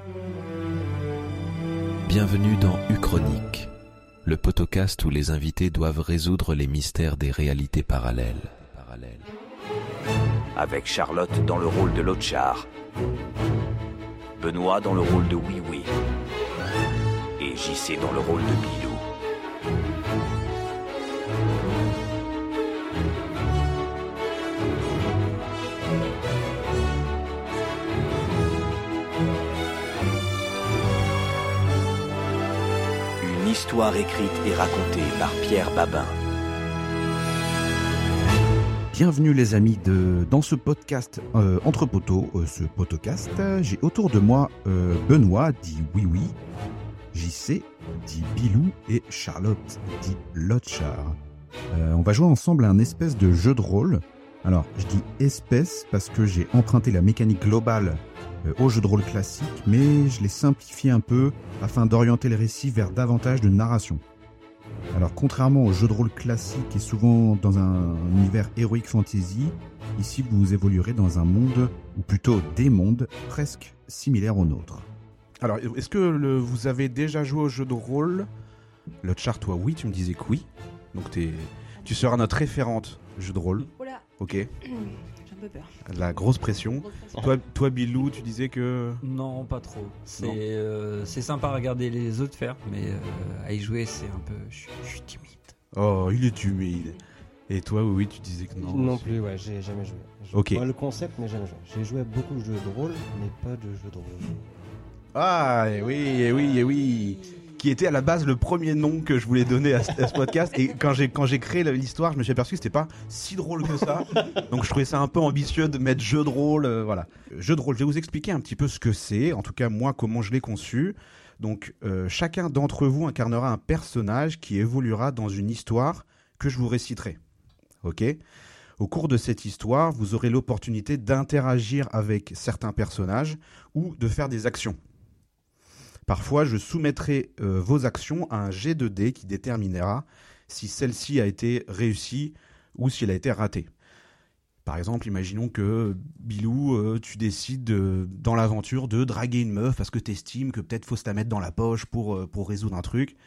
Bienvenue dans Uchronique, le podcast où les invités doivent résoudre les mystères des réalités parallèles. Avec Charlotte dans le rôle de Lothar, Benoît dans le rôle de Oui Oui et JC dans le rôle de Bilou. Une histoire écrite et racontée par Pierre Babin. Bienvenue les amis dans ce podcast Entre Poteaux, ce podcast. J'ai autour de moi Benoît, dit Oui Oui, JC, dit Bilou et Charlotte, dit Lothar. On va jouer ensemble à un espèce de jeu de rôle. Alors, je dis espèce parce que j'ai emprunté la mécanique globale au jeu de rôle classique, mais je l'ai simplifié un peu afin d'orienter le récit vers davantage de narration. Alors, contrairement au jeu de rôle classique et souvent dans un univers heroic fantasy, ici vous évoluerez dans un monde, ou plutôt des mondes, presque similaires aux nôtres. Alors, est-ce que vous avez déjà joué au jeu de rôle ? Lothar, toi, oui, tu me disais que oui. Donc, tu seras notre référente jeu de rôle. Oula. Ok. J'ai un peu peur. La grosse pression. Toi, Bilou, tu disais que... Non, pas trop. C'est sympa à regarder les autres faire, mais à y jouer, c'est un peu... Je suis timide. Oh, il est timide. Et toi, oui, tu disais que non. Non plus, ouais, j'ai jamais joué. Ok. Moi, le concept, mais jamais joué. J'ai joué à beaucoup de jeux de rôle, mais pas de jeux de rôle. Ah, et oui. Qui était à la base le premier nom que je voulais donner à ce podcast. Et quand j'ai créé l'histoire, je me suis aperçu que c'était pas si drôle que ça. Donc je trouvais ça un peu ambitieux de mettre jeu de rôle, voilà. Jeu de rôle, je vais vous expliquer un petit peu ce que c'est, en tout cas moi comment je l'ai conçu. Donc chacun d'entre vous incarnera un personnage qui évoluera dans une histoire que je vous réciterai. Ok ? Au cours de cette histoire, vous aurez l'opportunité d'interagir avec certains personnages ou de faire des actions. Parfois, je soumettrai vos actions à un jet de dés qui déterminera si celle-ci a été réussie ou si elle a été ratée. Par exemple, imaginons que Bilou, tu décides dans l'aventure de draguer une meuf parce que tu estimes que peut-être faut se la mettre dans la poche pour résoudre un truc.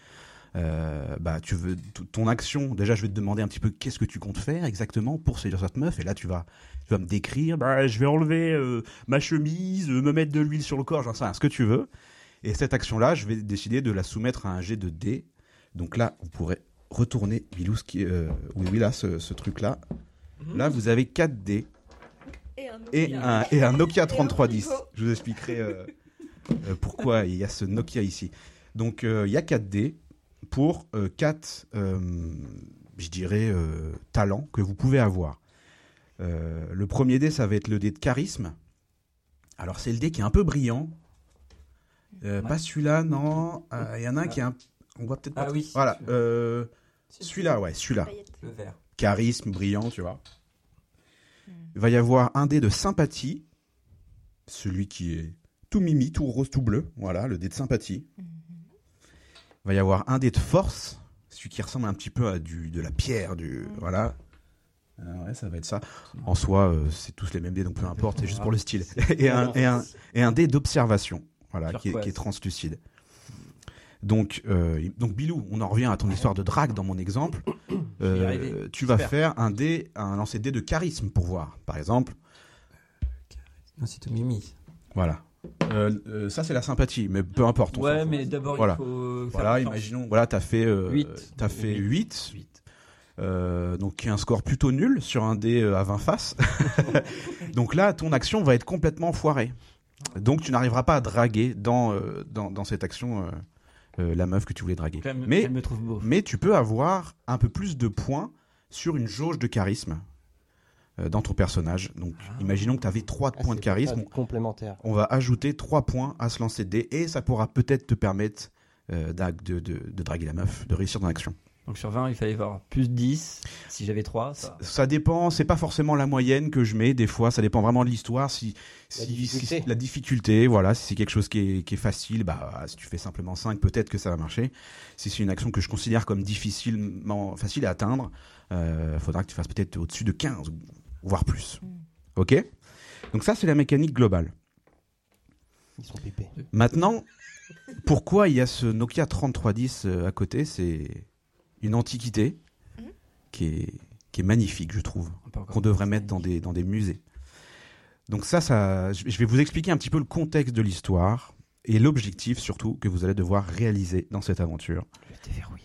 Tu veux ton action. Déjà, je vais te demander un petit peu qu'est-ce que tu comptes faire exactement pour séduire cette meuf. Et là, tu vas me décrire. Je vais enlever ma chemise, me mettre de l'huile sur le corps, j'en sais rien, ce que tu veux. Et cette action-là, je vais décider de la soumettre à un jet de dés. Donc là, vous pourrez retourner, Bilou, ce truc-là. Là, vous avez 4 dés et un Nokia 3310. Je vous expliquerai pourquoi il y a ce Nokia ici. Donc, il y a 4 dés pour 4, talents que vous pouvez avoir. Le premier dé, ça va être le dé de charisme. Alors, c'est le dé qui est un peu brillant. Pas celui-là, non. Il y en a un qui est un... On voit peut-être pas... Ah oui. Voilà. Celui-là. Le vert. Charisme, brillant, tu vois. Il va y avoir un dé de sympathie. Celui qui est tout mimi, tout rose, tout bleu. Voilà, le dé de sympathie. Il va y avoir un dé de force. Celui qui ressemble un petit peu à de la pierre, Voilà. Ouais, ça va être ça. En soi, c'est tous les mêmes dés, donc peu importe. C'est juste pour le style. et un dé d'observation. Voilà, qui est translucide. Donc Bilou, on en revient à ton histoire de drague dans mon exemple. Tu vas faire un lancer de dé de charisme pour voir. Par exemple. Non, c'est tout mimi. Voilà. Ça, c'est la sympathie, mais peu importe. Ouais, mais d'abord, voilà. il faut... Voilà, imaginons, voilà, t'as fait 8. T'as fait 8. Donc qui est un score plutôt nul sur un dé à 20 faces. Donc là, ton action va être complètement foirée. Donc tu n'arriveras pas à draguer dans cette action la meuf que tu voulais draguer. Elle me trouve beau. Mais tu peux avoir un peu plus de points sur une jauge de charisme dans ton personnage. Donc imaginons que tu avais 3 points de charisme. Complémentaire. On va ajouter 3 points à ce lancer de dés et ça pourra peut-être te permettre de draguer la meuf, de réussir dans l'action. Donc sur 20, il fallait avoir plus 10. Si j'avais 3, ça dépend. C'est pas forcément la moyenne que je mets. Des fois, ça dépend vraiment de l'histoire. La difficulté, voilà. Si c'est quelque chose qui est facile, si tu fais simplement 5, peut-être que ça va marcher. Si c'est une action que je considère comme facile à atteindre, faudra que tu fasses peut-être au-dessus de 15, voire plus. Ok ? Donc ça, c'est la mécanique globale. Ils sont pépés. Maintenant, pourquoi il y a ce Nokia 3310 à côté? C'est une antiquité qui est magnifique, je trouve, qu'on devrait mettre dans des musées. Donc je vais vous expliquer un petit peu le contexte de l'histoire et l'objectif surtout que vous allez devoir réaliser dans cette aventure. Je vais déverrouiller.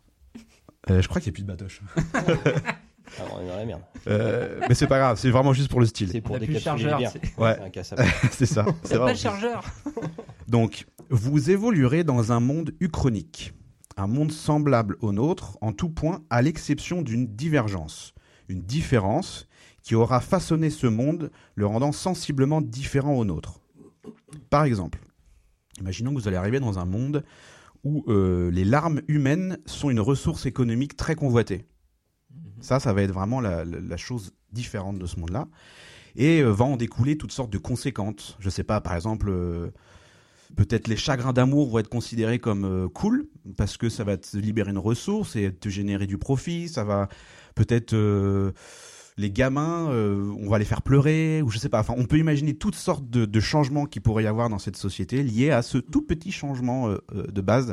Je crois qu'il n'y a plus de batoche. Ah, on est dans la merde. Mais c'est pas grave, c'est vraiment juste pour le style. C'est pour On a plus de décapsuler chargeur. les bières. Ouais. C'est un casse à C'est ça. C'est T'as pas vraiment de chargeur. Donc, vous évoluerez dans un monde uchronique, un monde semblable au nôtre en tout point, à l'exception d'une divergence, une différence qui aura façonné ce monde, le rendant sensiblement différent au nôtre. Par exemple, imaginons que vous allez arriver dans un monde où les larmes humaines sont une ressource économique très convoitée. Ça va être vraiment la chose différente de ce monde-là. Et va en découler toutes sortes de conséquences. Je sais pas, par exemple, peut-être les chagrins d'amour vont être considérés comme cool, parce que ça va te libérer une ressource et te générer du profit. Ça va peut-être... les gamins, on va les faire pleurer, ou je sais pas. Enfin, on peut imaginer toutes sortes de changements qu'il pourrait y avoir dans cette société liés à ce tout petit changement de base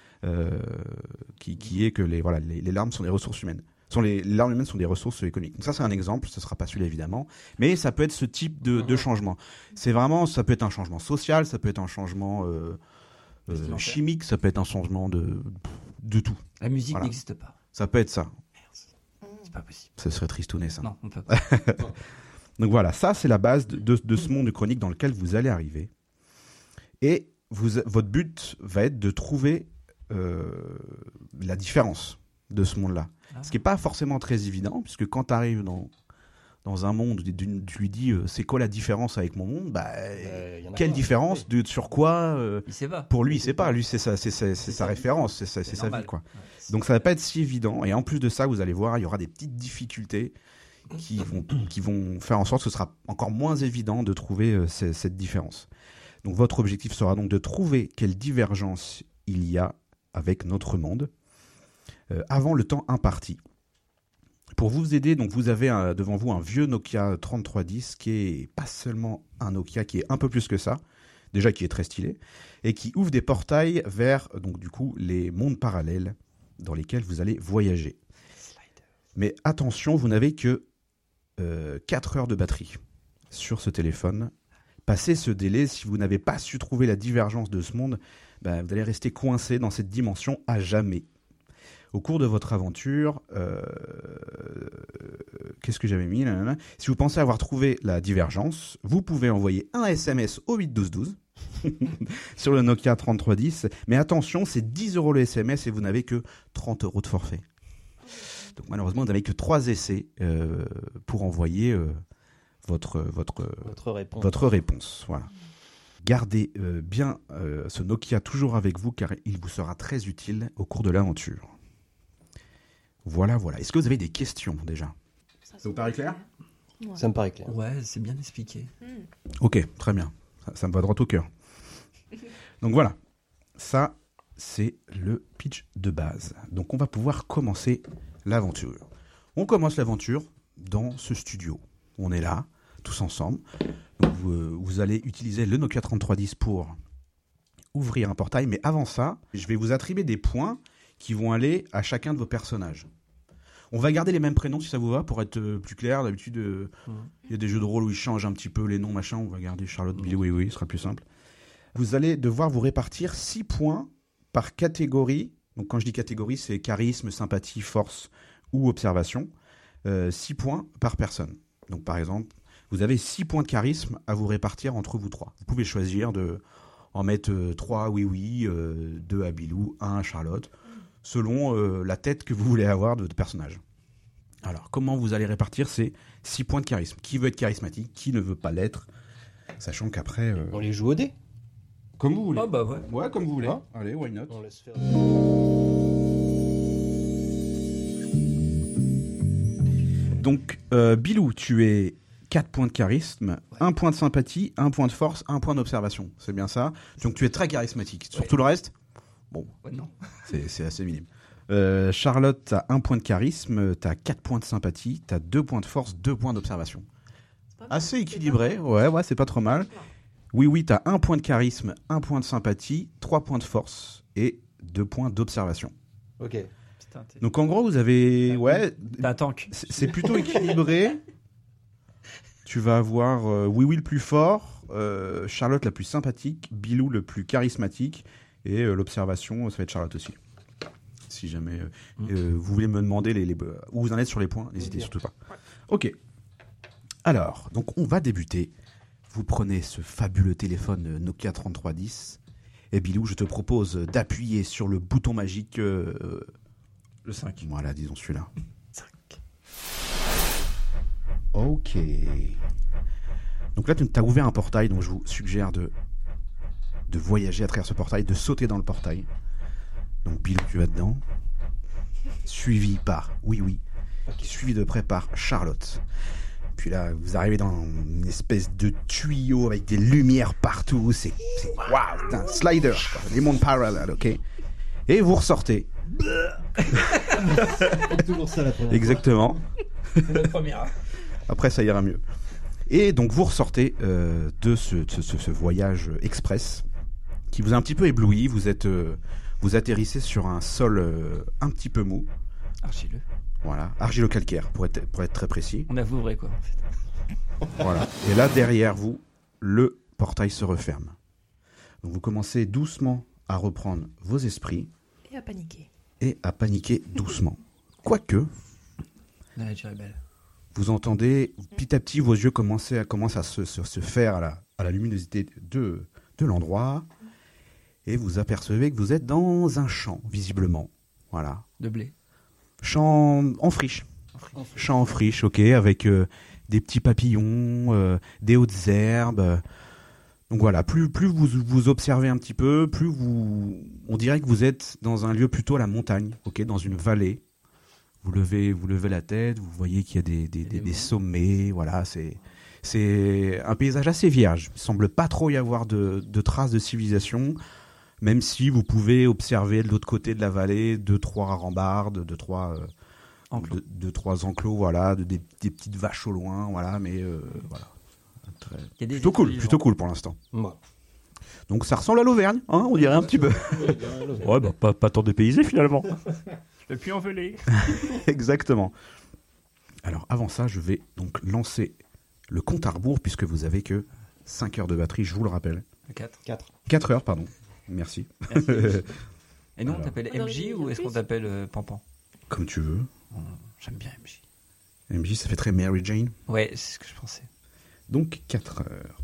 qui est que les larmes sont des ressources humaines. Les larmes humaines sont des ressources économiques. Donc ça, c'est un exemple. Ce sera pas celui-là, évidemment. Mais ça peut être ce type de changement. C'est vraiment, ça peut être un changement social, ça peut être un changement chimique, ça peut être un changement de tout. La musique Voilà. n'existe pas. Ça peut être ça. C'est pas possible. Ça serait tristouné, ça. Non, on peut pas. Donc voilà, ça c'est la base de ce monde chronique dans lequel vous allez arriver. Et votre but va être de trouver la différence de ce monde-là. Ce qui n'est pas forcément très évident, puisque quand tu arrives dans un monde, tu lui dis c'est quoi la différence avec mon monde, quelle différence, sur quoi Il sait pas. Pour lui, il sait pas. Lui, c'est sa référence, c'est sa vie, quoi. Donc ça va pas être si évident. Et en plus de ça, vous allez voir, il y aura des petites difficultés qui vont faire en sorte que ce sera encore moins évident de trouver cette différence. Donc votre objectif sera donc de trouver quelle divergence il y a avec notre monde avant le temps imparti. Pour vous aider, donc vous avez devant vous un vieux Nokia 3310 qui est pas seulement un Nokia, qui est un peu plus que ça, déjà qui est très stylé, et qui ouvre des portails vers donc du coup les mondes parallèles dans lesquels vous allez voyager. Mais attention, vous n'avez que 4 heures de batterie sur ce téléphone. Passé ce délai, si vous n'avez pas su trouver la divergence de ce monde, vous allez rester coincé dans cette dimension à jamais. Au cours de votre aventure, qu'est-ce que j'avais mis là. Si vous pensez avoir trouvé la divergence, vous pouvez envoyer un SMS au 81212 sur le Nokia 3310. Mais attention, c'est 10 € le SMS et vous n'avez que 30 € de forfait. Donc malheureusement, vous n'avez que 3 essais pour envoyer votre réponse. Voilà. Gardez bien ce Nokia toujours avec vous car il vous sera très utile au cours de l'aventure. Voilà. Est-ce que vous avez des questions déjà? Ça vous paraît clair? Ouais. Ça me paraît clair. Ouais, c'est bien expliqué. Ok, très bien. Ça me va droit au cœur. Donc voilà, ça c'est le pitch de base. Donc on va pouvoir commencer l'aventure. On commence l'aventure dans ce studio. On est là, tous ensemble. Donc vous allez utiliser le Nokia 3310 pour ouvrir un portail. Mais avant ça, je vais vous attribuer des points qui vont aller à chacun de vos personnages. On va garder les mêmes prénoms si ça vous va, pour être plus clair. D'habitude, il y a des jeux de rôle où ils changent un petit peu les noms, machin. On va garder Charlotte, Billy, oui, ce sera plus simple. Vous allez devoir vous répartir 6 points par catégorie. Donc quand je dis catégorie, c'est charisme, sympathie, force ou observation. 6 points par personne. Donc par exemple, vous avez 6 points de charisme à vous répartir entre vous 3. Vous pouvez choisir de en mettre 3 oui, 2 à Bilou, 1 à Charlotte, selon la tête que vous voulez avoir de personnage. Alors, comment vous allez répartir ces 6 points de charisme? Qui veut être charismatique? Qui ne veut pas l'être? Sachant qu'après... On les joue au dé. Comme vous voulez. Ah bah ouais. Ouais, comme vous voulez. Hein? Allez, why not? On laisse faire. Donc, Bilou, tu es 4 points de charisme, 1 point de sympathie, 1 point de force, 1 point d'observation. C'est bien ça? Donc, tu es très charismatique. Sur tout le reste? Bon, Ouais, non. c'est assez minime. Charlotte, tu as 1 point de charisme, tu as 4 points de sympathie, tu as 2 points de force, 2 points d'observation. Assez équilibré, ouais, c'est pas trop mal. Oui, t'as 1 point de charisme, 1 point de sympathie, 3 points de force et 2 points d'observation. Ok. Putain, Donc en gros, vous avez... Ouais, t'as un tank. c'est plutôt équilibré. Tu vas avoir Oui le plus fort, Charlotte la plus sympathique, Bilou le plus charismatique et l'observation, ça va être Charlotte aussi. Si jamais vous voulez me demander où vous en êtes sur les points, n'hésitez surtout pas. Ok. Alors, donc on va débuter. Vous prenez ce fabuleux téléphone Nokia 3310 et Bilou, je te propose d'appuyer sur le bouton magique. Le 5. Voilà, disons celui-là. 5. Ok. Donc là, tu as ouvert un portail, donc je vous suggère de voyager à travers ce portail, de sauter dans le portail. Donc Bilou, tu vas dedans. Suivi par Oui, suivi de près par Charlotte. Puis là, vous arrivez dans une espèce de tuyau avec des lumières partout. C'est waouh, c'est un slider, quoi. Les mondes parallèles, ok. Et vous ressortez. C'est toujours ça la première. Exactement. C'est notre première. Après, ça ira mieux. Et donc, vous ressortez de ce voyage express qui vous a un petit peu ébloui. Vous atterrissez sur un sol un petit peu mou. Argileux. Voilà, argilo-calcaire, pour être très précis. On a ouvré quoi en fait. Voilà. Et là, derrière vous, le portail se referme. Donc, vous commencez doucement à reprendre vos esprits Et à paniquer. et à paniquer doucement. Quoique, La nature est belle. vous entendez petit à petit vos yeux commencent à se faire à la luminosité de l'endroit et vous apercevez que vous êtes dans un champ, visiblement. Voilà. De blé. Champ en friche. Champ en friche, ok, avec des petits papillons, des hautes herbes. Donc voilà, plus vous observez un petit peu, on dirait que vous êtes dans un lieu plutôt à la montagne, ok, dans une vallée. Vous levez la tête, vous voyez qu'il y a des sommets, voilà, c'est un paysage assez vierge. Il semble pas trop y avoir de traces de civilisation, même si vous pouvez observer de l'autre côté de la vallée 2-3 rambardes, 2-3 enclos, voilà, des petites vaches au loin, voilà, mais voilà. Plutôt cool pour l'instant. Ouais. Donc ça ressemble à l'Auvergne, hein, on dirait un petit peu. Ouais, bah pas tant dépaysé finalement. Je peux plus enveler. Exactement. Alors avant ça, je vais donc lancer le compte à rebours puisque vous avez que 5 heures de batterie, je vous le rappelle. 4. 4 heures, pardon. Merci. Et nous on Alors. t'appelle On aurait MJ dit ou est-ce plus. qu'on t'appelle Pampan? Comme tu veux. J'aime bien MJ. MJ, ça fait très Mary Jane. Ouais, c'est ce que je pensais. Donc 4 heures.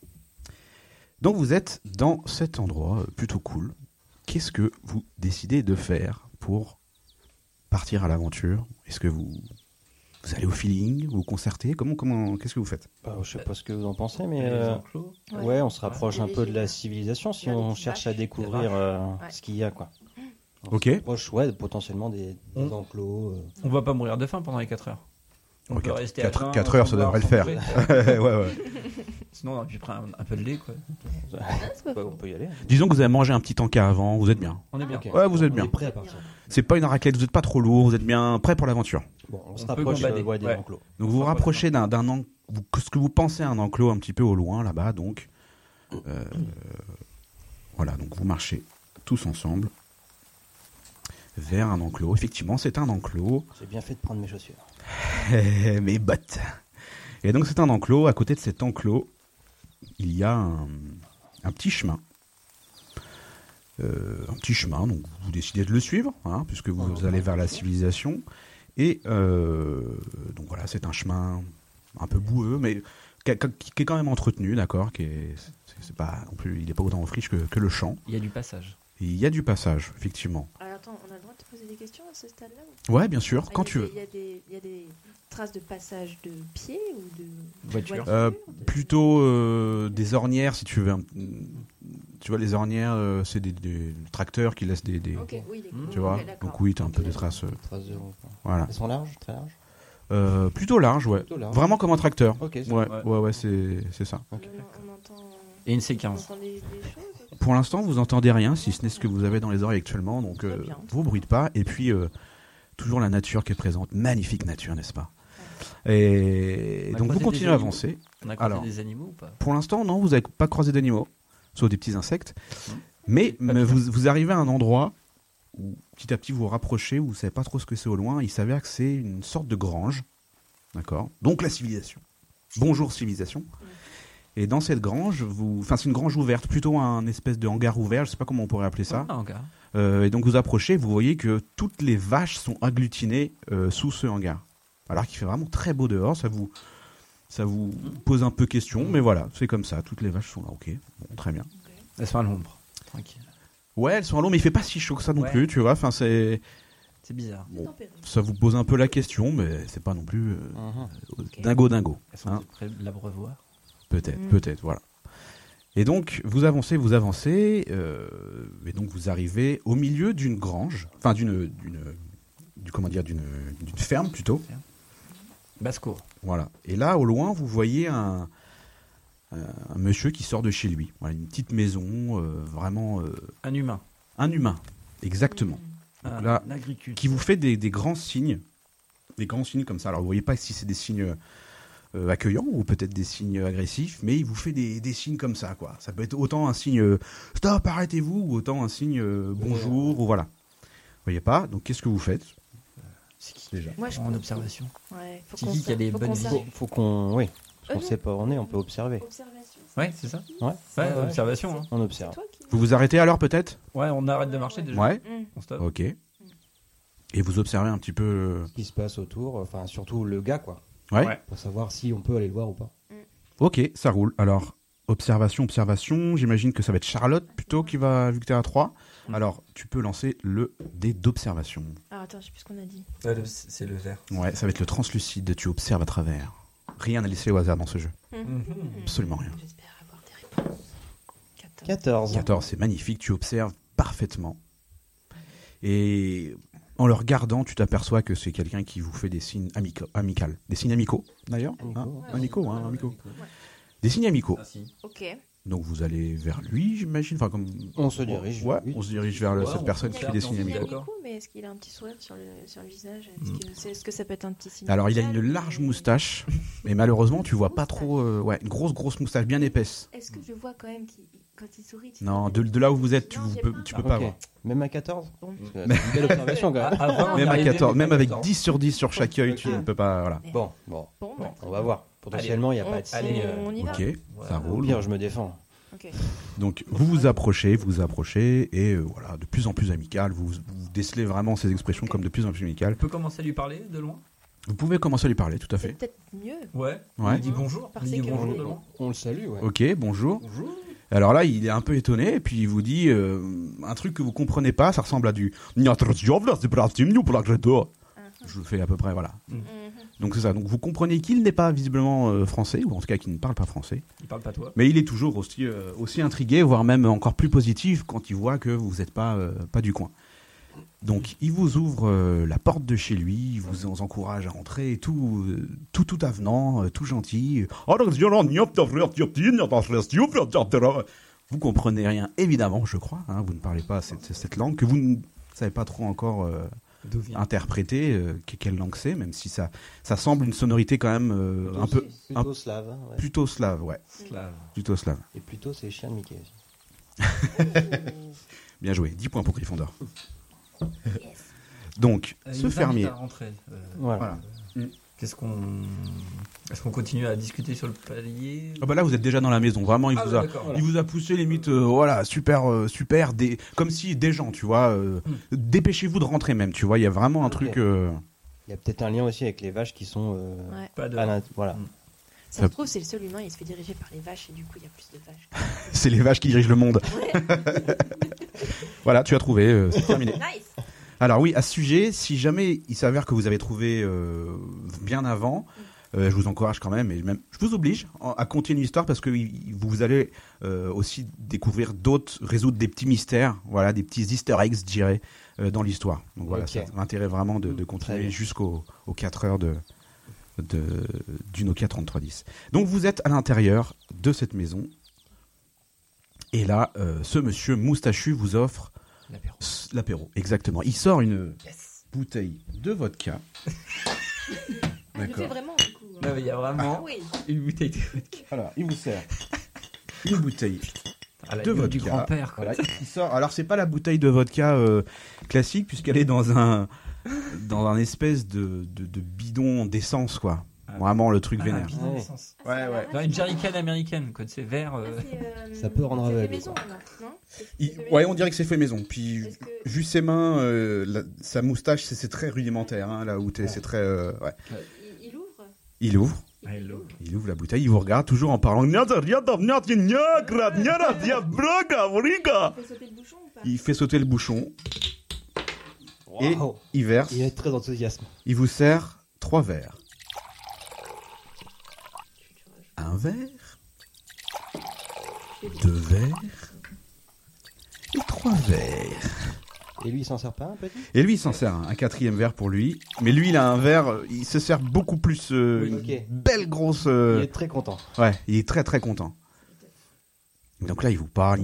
Donc vous êtes dans cet endroit plutôt cool. Qu'est-ce que vous décidez de faire pour partir à l'aventure? Est-ce que vous allez au feeling, vous concertez? Qu'est-ce que vous faites? Bah, je sais pas ce que vous en pensez, mais Les enclos. ouais, on se rapproche un peu de la Vigilant. civilisation si Vers les on petites cherche à vaches. découvrir Ouais. ce qu'il y a, quoi. On Ok. se rapproche, ouais, potentiellement des On- enclos. On va pas mourir de faim pendant les 4 heures. On peut rester à 4 jeun, heures, ça boire, devrait le faire. manger. Ouais. Sinon, on aurait pu prendre un peu de lait, quoi. Ouais, on peut y aller. Disons que vous avez mangé un petit encas avant, vous êtes bien. On est bien. Ok. Ouais, vous êtes On bien. est prêt à partir. C'est pas une raclette, vous n'êtes pas trop lourd, vous êtes bien prêt pour l'aventure. Bon, on se On peut rapproche gambader. ouais, des Ouais. enclos. Donc vous vous rapprochez d'un ce que vous pensez un enclos un petit peu au loin là-bas, donc voilà, donc vous marchez tous ensemble vers un enclos. Effectivement, c'est un enclos. J'ai bien fait de prendre mes chaussures. Mes bottes. Et donc c'est un enclos. À côté de cet enclos, il y a un petit chemin. Donc vous décidez de le suivre, hein, puisque vous allez vers la civilisation. Et donc voilà, c'est un chemin un peu boueux, mais qui est quand même entretenu, d'accord. C'est pas non plus, il n'est pas autant en friche que le champ. Il y a du passage. Et il y a du passage, effectivement. Alors attends, on a le droit de te poser des questions à ce stade-là Ouais, bien sûr, quand tu veux. Il y a des traces de passage de pied ou de Voiture. Plutôt des ornières, si tu veux. Tu vois, les ornières, c'est des tracteurs qui laissent des Ok, oui, les tu vois. ok, d'accord. Donc oui, tu as un peu de traces. Traces de roues, quoi. Voilà. Elles sont larges, très larges. Plutôt large, ouais. Plutôt larges. Vraiment comme un tracteur. Ok, c'est Ouais, c'est ça. Ok. On entend, Et une on C15. entend des choses. Pour l'instant, vous entendez rien, si ce n'est ce que vous avez dans les oreilles actuellement. Donc, Très bien. vous bruitez pas. Et puis, toujours la nature qui est présente. Magnifique nature, n'est-ce pas? Et On a donc vous croisé continuez des à animaux avancer. On a croisé Alors. des animaux ou pas? Pour l'instant, non, vous n'avez pas croisé d'animaux, sauf des petits insectes. Mais Pas de vous arrivez à un endroit où petit à petit vous vous rapprochez, où vous ne savez pas trop ce que c'est au loin. Il s'avère que c'est une sorte de grange. D'accord. Donc la civilisation. Bonjour civilisation. Et dans cette grange, c'est une grange ouverte, plutôt un espèce de hangar ouvert, je ne sais pas comment on pourrait appeler ça. Ah, hangar. Et donc vous approchez, vous voyez que toutes les vaches sont agglutinées sous ce hangar. Alors qu'il fait vraiment très beau dehors, ça vous pose un peu question, mais voilà, c'est comme ça, toutes les vaches sont là, ok, bon, très bien. Elles sont à l'ombre. Tranquille. Ouais, elles sont à l'eau, mais il fait pas si chaud que ça non Ouais. plus, tu vois, enfin c'est... C'est bizarre. Bon, Tempéré. ça vous pose un peu la question, mais c'est pas non plus Ok. dingo. Elles sont Hein. près de l'abreuvoir. Peut-être, voilà. Et donc, vous avancez, et donc vous arrivez au milieu d'une grange, enfin d'une ferme plutôt. Basse-cour. Voilà. Et là, au loin, vous voyez un monsieur qui sort de chez lui. Voilà, une petite maison, vraiment Un humain. un humain, exactement. Donc là, Un agriculteur. qui vous fait des grands signes comme ça. Alors, vous voyez pas si c'est des signes accueillants ou peut-être des signes agressifs, mais il vous fait des signes comme ça, quoi. Ça peut être autant un signe stop, arrêtez-vous, ou autant un signe bonjour, ou voilà. Vous voyez pas. Donc, qu'est-ce que vous faites C'est qui déjà? Moi, je En observation. Ouais, faut C'est qu'on qui qui a des faut bonnes qu'on vies? s'arrête. Faut qu'on. Oui. Parce qu'on non. sait pas où on est, on peut observer. Observation. Ouais, c'est ça. Ouais. Ouais, observation. Hein. On C'est observe. toi qui. Vous vous arrêtez alors peut-être? Ouais, on arrête de marcher déjà. Ouais. On stoppe. Ok. Et vous observez un petit peu. Ce qui se passe autour, enfin surtout le gars, quoi. Ouais. Ouais. Pour savoir si on peut aller le voir ou pas. Ok, ça roule. Alors, observation. J'imagine que ça va être Charlotte plutôt qui va, vu que t'es à 3. Alors, tu peux lancer le dé d'observation. Ah, attends, je sais plus ce qu'on a dit. C'est le vert. Ouais, ça va être le translucide. Tu observes à travers. Rien n'est laissé au hasard dans ce jeu. Absolument rien. J'espère avoir des réponses. 14. 14. 14, c'est magnifique. Tu observes parfaitement. Et en le regardant, tu t'aperçois que c'est quelqu'un qui vous fait des signes amicaux. Des signes amicaux, d'ailleurs. Amicaux, Amicaux. Des signes amicaux. Ah, si. Ok. Donc vous allez vers lui, j'imagine. Enfin, comme... On se dirige. Ouais, oui. on se dirige vers Ouais, cette on personne qui fait des observe, signes on amicaux. D'accord. Mais est-ce qu'il a un petit sourire sur le visage? Est-ce que ça peut être un petit signe? Alors il a une amical, large ou- moustache, mais malheureusement tu vois pas trop. Ouais, une grosse moustache bien épaisse. Est-ce que je vois quand même quand il sourit? Non, de là où vous êtes, tu Non, j'ai peux, pas. tu peux pas Ok. voir. Même à 14 Bon. Parce que c'est une belle observation quand même. À 20, on Même y à arrive 14, dès même avec 14. 10 sur 10 sur chaque œil, tu Ok. ne peux pas. Voilà. Bon, Bon, bah, on va voir. Potentiellement, il n'y a pas de signe. Allez, on y va. Ok, ça Au roule. pire, je me défends. Ok. Donc vous vous approchez, et voilà, de plus en plus amical. Vous décelez vraiment ces expressions comme de plus en plus amicales. On peut commencer à lui parler de loin. Vous pouvez commencer à lui parler, tout à C'est fait. peut-être mieux. Ouais. Ouais. Il dit bonjour. Par Il dit sécurité. bonjour de loin. On le salue, ouais. Ok, bonjour. Bonjour. Alors là, il est un peu étonné, et puis il vous dit un truc que vous comprenez pas, ça ressemble à du. Je le fais à peu près, voilà. Mhm. Donc c'est ça. Donc vous comprenez qu'il n'est pas visiblement français, ou en tout cas qu'il ne parle pas français. Il parle pas toi. Mais il est toujours aussi intrigué, voire même encore plus positif quand il voit que vous n'êtes pas du coin. Donc il vous ouvre la porte de chez lui, il vous encourage à entrer, et tout avenant, tout gentil. Vous comprenez rien, évidemment, je crois. Hein, vous ne parlez pas cette langue que vous ne savez pas trop encore D'où vient interpréter quelle langue c'est, même si ça semble une sonorité quand même un peu Plutôt slave. Hein, ouais. plutôt slave, ouais, Slave. plutôt slave. Et plutôt, c'est chien de Mickey aussi. Bien joué, 10 points pour Gryffondor. Yes. Donc, Il ce nous fermier. invite à rentrer. Voilà. Est-ce qu'on continue à discuter sur le palier? Ah bah là, vous êtes déjà dans la maison. Vraiment, il vous a poussé limite, voilà, super, comme si des gens, tu vois. Dépêchez-vous de rentrer même, tu vois. Il y a vraiment un truc. Il y a peut-être un lien aussi avec les vaches qui sont. Ouais. Pas de. Voilà. Ça se trouve, c'est le seul humain, il se fait diriger par les vaches et du coup, il y a plus de vaches. C'est les vaches qui dirigent le monde. Ouais. Voilà, tu as trouvé. C'est terminé. Nice. Alors oui, à ce sujet, si jamais il s'avère que vous avez trouvé bien avant, je vous encourage quand même, et même je vous oblige à continuer l'histoire parce que vous allez aussi découvrir résoudre des petits mystères, voilà, des petits easter eggs, je dirais, dans l'histoire. Donc voilà, Ok. ça m'intéresse vraiment de Très continuer bien. jusqu'aux 4 heures du Nokia 3310. Donc vous êtes à l'intérieur de cette maison, et là, ce monsieur moustachu vous offre L'apéro. l'apéro, exactement. Il sort une bouteille de vodka. Il le fait vraiment, du coup. Non, mais il y a vraiment Oui. une bouteille de vodka. Alors, il vous sert une bouteille À la de gueule vodka. du grand-père, quoi. Voilà, il sort. Alors, c'est pas la bouteille de vodka classique, puisqu'elle est dans un espèce de bidon d'essence, quoi. Ah. Vraiment le truc Ah, vénère. bidon Ouais. d'essence. Ah, Ouais, c'est ouais. Genre une jerrycan américaine, quoi, c'est vert. Ça peut rendre c'est fait aveugle, maison, quoi. là, non Ouais, on dirait que c'est fait maison. Puis, Est-ce que- vu ses mains, sa moustache, c'est très rudimentaire, hein, là où t'es, c'est très. Ouais. Il ouvre. Il ouvre. Hello. Il ouvre la bouteille, il vous regarde toujours en parlant. Il fait sauter le bouchon ou pas? Il fait sauter le bouchon, Et- Wow. il verse, Il est très enthousiaste. il vous sert 3 verres. Un verre, 2 verres et 3 verres. Et lui, il s'en sert pas un petit? Et lui, il s'en sert un 4e verre pour lui. Mais lui, il a un verre, il se sert beaucoup plus. Oui, Une ok. belle grosse. Il est très content. Ouais, il est très très content. Donc là, il vous parle.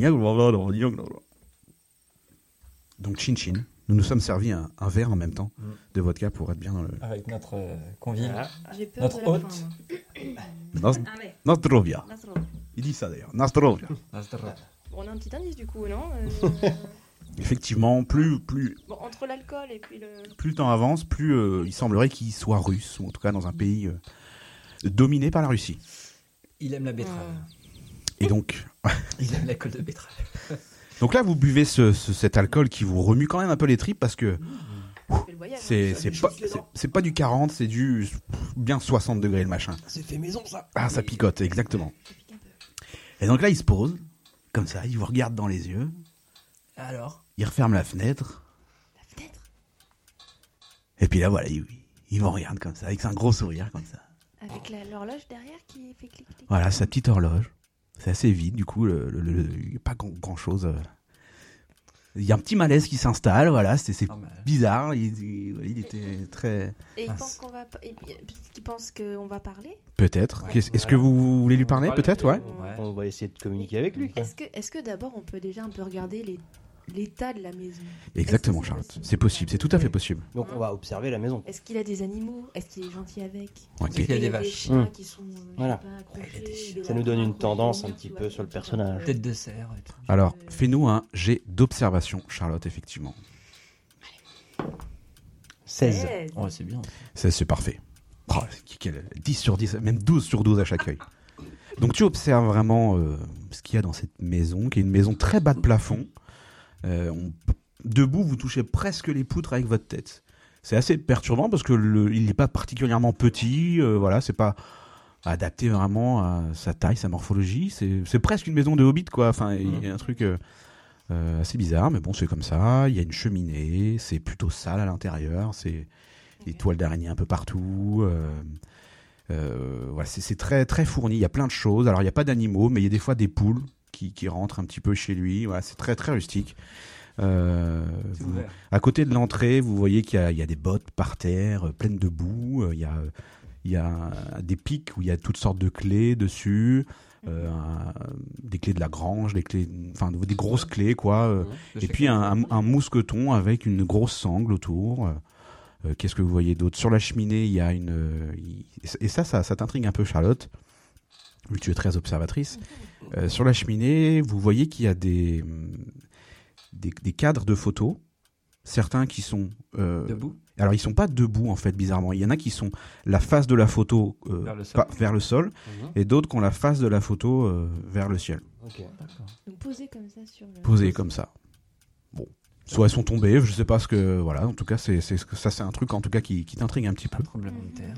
Donc, chin chin. Nous nous sommes servis un verre en même temps de vodka pour être bien dans le. Avec notre convive. J'ai peur Notre de la hôte. fin, moi. Nos- Ah ouais, Nostrovia. Nasrallah. Il dit ça d'ailleurs. Nostrovia. Bon, on a un petit indice du coup, non Effectivement, plus Bon, entre l'alcool et puis le... le temps avance, plus il semblerait qu'il soit russe, ou en tout cas dans un pays dominé par la Russie. Il aime la betterave. Et donc, Il aime la colle de betterave. donc là, vous buvez cet alcool qui vous remue quand même un peu les tripes parce que on fait le voyage. c'est pas du 40, c'est du bien 60 degrés le machin. C'est fait maison, ça. Ah, ça picote, exactement. Ça pique un peu. Et donc là, il se pose, comme ça, il vous regarde dans les yeux, Alors il referme la fenêtre, La fenêtre. et puis là, voilà, il vous regarde comme ça, avec un gros sourire comme ça. Avec l'horloge derrière qui fait clic clic. Voilà, sa petite horloge. C'est assez vide, du coup, il n'y a pas grand chose. Il y a un petit malaise qui s'installe, voilà, c'est normal. bizarre, il était très... Et il Ah, pense qu'on va... Il pense qu'on va parler. Peut-être. Ouais, Est-ce que vous voulez lui parler, peut-être, ouais? On va essayer de communiquer avec lui. Est-ce que d'abord on peut déjà un peu regarder l'état de la maison? Exactement, Est-ce que c'est Charlotte. possible C'est possible, c'est tout à fait possible. Donc on va observer la maison. Est-ce qu'il a des animaux? Est-ce qu'il est gentil avec? Ok. Il y a des Des vaches. chiens qui sont Voilà. je sais pas, accrochés, Il y a des chiens. des Ça nous donne lapins une tendance un accrochés, petit tu peu vois, sur le qui- personnage. Tête de cerf et tout. Alors, fais-nous un jet d'observation, Charlotte, effectivement. 16. Ouais, c'est bien. C'est parfait. Oh, 10 sur 10, même 12 sur 12 à chaque œil. Donc tu observes vraiment ce qu'il y a dans cette maison, qui est une maison très bas de plafond. Debout, vous touchez presque les poutres avec votre tête. C'est assez perturbant parce que il n'est pas particulièrement petit. Voilà, c'est pas adapté vraiment à sa taille, sa morphologie. C'est presque une maison de hobbit, quoi. Enfin, il y a un truc assez bizarre, mais bon, c'est comme ça. Il y a une cheminée, c'est plutôt sale à l'intérieur. C'est des toiles d'araignée un peu partout. Voilà, c'est très très fourni. Il y a plein de choses. Alors, il n'y a pas d'animaux, mais il y a des fois des poules qui rentrent un petit peu chez lui. Voilà, c'est très très rustique. C'est ouvert. À côté de l'entrée, vous voyez qu'il y a des bottes par terre, pleines de boue. Il y a des pics où il y a toutes sortes de clés dessus. Des clés de la grange, des grosses clés, quoi. Et puis un mousqueton avec une grosse sangle autour. Qu'est-ce que vous voyez d'autre? Sur la cheminée, il y a et ça t'intrigue un peu, Charlotte, vu que tu es très observatrice. Sur la cheminée, vous voyez qu'il y a des cadres de photos. Certains qui sont... Debout. Alors, ils sont pas debout, en fait, bizarrement. Il y en a qui sont la face de la photo vers le sol, et d'autres qui ont la face de la photo vers le ciel. Ok. D'accord. Donc posé comme ça sur le... Posées comme ça. Bon. Soit elles sont tombées, je sais pas ce que... Voilà, en tout cas, c'est un truc en tout cas qui t'intrigue un petit peu. Un tremblement de terre.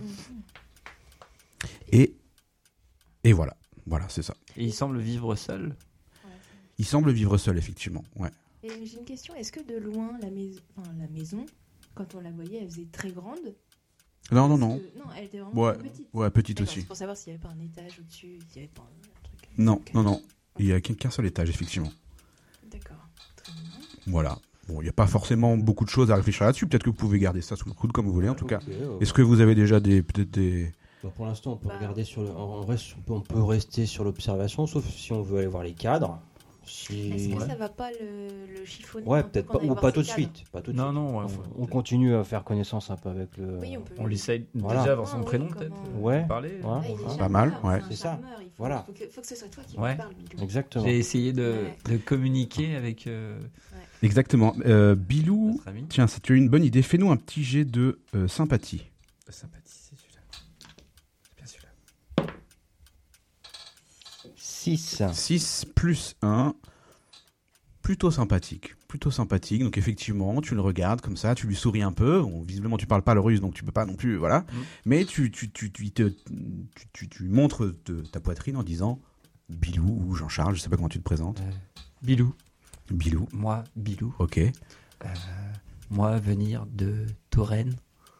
Et voilà. Voilà, c'est ça. Et il semble vivre seul. Il semble vivre seul, effectivement. Ouais. Et j'ai une question, est-ce que de loin, la maison, quand on la voyait, elle faisait très grande? Non. Non, elle était vraiment Ouais, petite. ouais, petite D'accord, aussi. c'est pour savoir s'il n'y avait pas un étage au-dessus, s'il n'y avait pas un truc... Non, Ok. non. Il y a qu'un seul étage, effectivement. D'accord, très bien. Voilà. Bon, il n'y a pas forcément beaucoup de choses à réfléchir là-dessus. Peut-être que vous pouvez garder ça sous le coude comme vous voulez, en tout cas. Ok, ouais. Est-ce que vous avez déjà peut-être des... Bah, pour l'instant, on peut Bah. regarder on peut rester sur l'observation, sauf si on veut aller voir les cadres. Est-ce que ça va pas le chiffonner Ouais, un peu peut-être quand pas, on aille ou voir pas ses tout de cadres suite. Pas tout de Non, suite. non, ouais, On continue à faire connaissance un peu avec le. Oui, on peut. on l'essaye Voilà. déjà avant son Ah, oui, prénom, comment- peut-être. Ouais. Parler. Ouais. Ah, il est Pas charmeur, mal, c'est ouais. un C'est ça. charmeur, il faut, Voilà. faut que ce soit toi qui Ouais. me parle, Bilou. Exactement. J'ai essayé Ouais. de communiquer avec Exactement. Bilou, notre ami. tiens, c'est une bonne idée. Fais-nous un petit jet de sympathie. Sympathie, c'est celui-là. C'est bien celui-là. 6. 6 plus 1. Plutôt sympathique. Plutôt sympathique. Donc effectivement, tu le regardes comme ça, tu lui souris un peu. Bon, visiblement, tu parles pas le russe, donc tu peux pas non plus, voilà. Mais tu montres ta poitrine en disant Bilou ou Jean-Charles, je sais pas comment tu te présentes. Bilou. Bilou. Moi, Bilou. Ok. Moi, venir de Touraine.